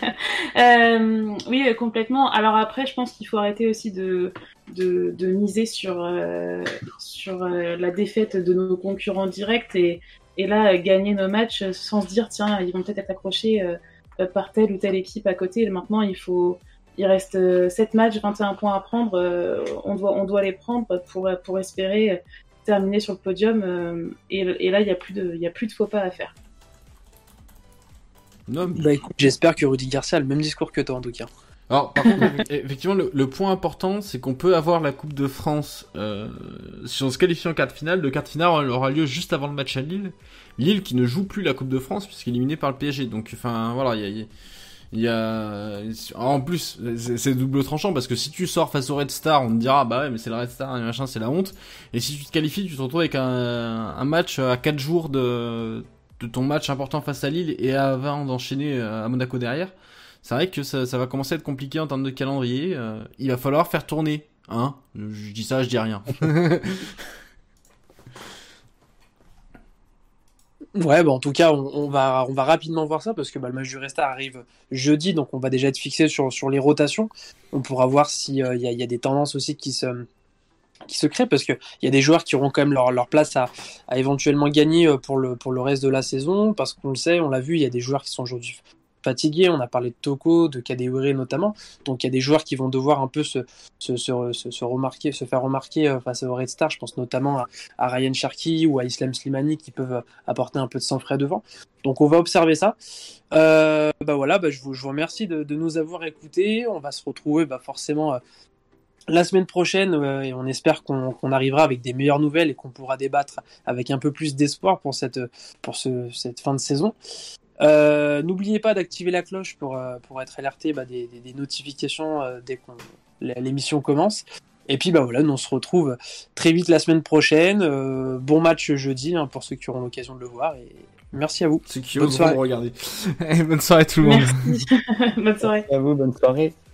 euh, oui, complètement. Alors après, je pense qu'il faut arrêter aussi de, de, de miser sur, euh, sur euh, la défaite de nos concurrents directs et, et là, gagner nos matchs sans se dire, tiens, ils vont peut-être être accrochés euh, par telle ou telle équipe à côté. Et maintenant, il faut... Il reste euh, sept matchs, vingt et un points à prendre. Euh, on, doit, on doit les prendre pour, pour espérer terminer sur le podium. Euh, et, et là, il n'y a plus de, il y a plus de faux pas à faire. Non, mais... bah écoute, j'espère que Rudy Garcia a le même discours que toi en tout cas. Alors par contre, effectivement, le, le point important, c'est qu'on peut avoir la Coupe de France euh, si on se qualifie en quart de finale. Le quart de finale aura lieu juste avant le match à Lille. Lille qui ne joue plus la Coupe de France puisqu'il est éliminé par le P S G. Donc, enfin voilà, il y a, il y a, en plus, c'est, c'est double tranchant parce que si tu sors face au Red Star, on te dira bah ouais, mais c'est le Red Star, machin, c'est la honte. Et si tu te qualifies, tu te retrouves avec un, un match à quatre jours de de ton match important face à Lille et avant d'enchaîner à Monaco derrière. C'est vrai que ça, ça va commencer à être compliqué en termes de calendrier. Euh, il va falloir faire tourner, hein. Je dis ça, je dis rien. Ouais, bah en tout cas, on, on va on va rapidement voir ça parce que bah, le match du Resta arrive jeudi, donc on va déjà être fixé sur sur les rotations. On pourra voir si il euh, y a il y a des tendances aussi qui se qui se créent parce que il y a des joueurs qui auront quand même leur leur place à à éventuellement gagner pour le pour le reste de la saison parce qu'on le sait, on l'a vu, il y a des joueurs qui sont aujourd'hui fatigués. On a parlé de Toko, de Kadewere notamment. Donc il y a des joueurs qui vont devoir un peu se se se se, se remarquer, se faire remarquer face au Red Star. Je pense notamment à, à Ryan Cherki ou à Islam Slimani qui peuvent apporter un peu de sang frais devant. Donc on va observer ça. Euh, bah voilà, bah je vous je vous remercie de, de nous avoir écoutés. On va se retrouver bah forcément euh, la semaine prochaine euh, et on espère qu'on, qu'on arrivera avec des meilleures nouvelles et qu'on pourra débattre avec un peu plus d'espoir pour cette pour ce cette fin de saison. Euh, n'oubliez pas d'activer la cloche pour, euh, pour être alerté bah, des, des, des notifications euh, dès que l'émission commence. Et puis bah voilà, nous on se retrouve très vite la semaine prochaine. Euh, bon match jeudi hein, pour ceux qui auront l'occasion de le voir. Et merci à vous. Ceux qui bonne soirée. Regarder. Bonne soirée tout le monde. Merci. Bonne soirée. Merci à vous, bonne soirée.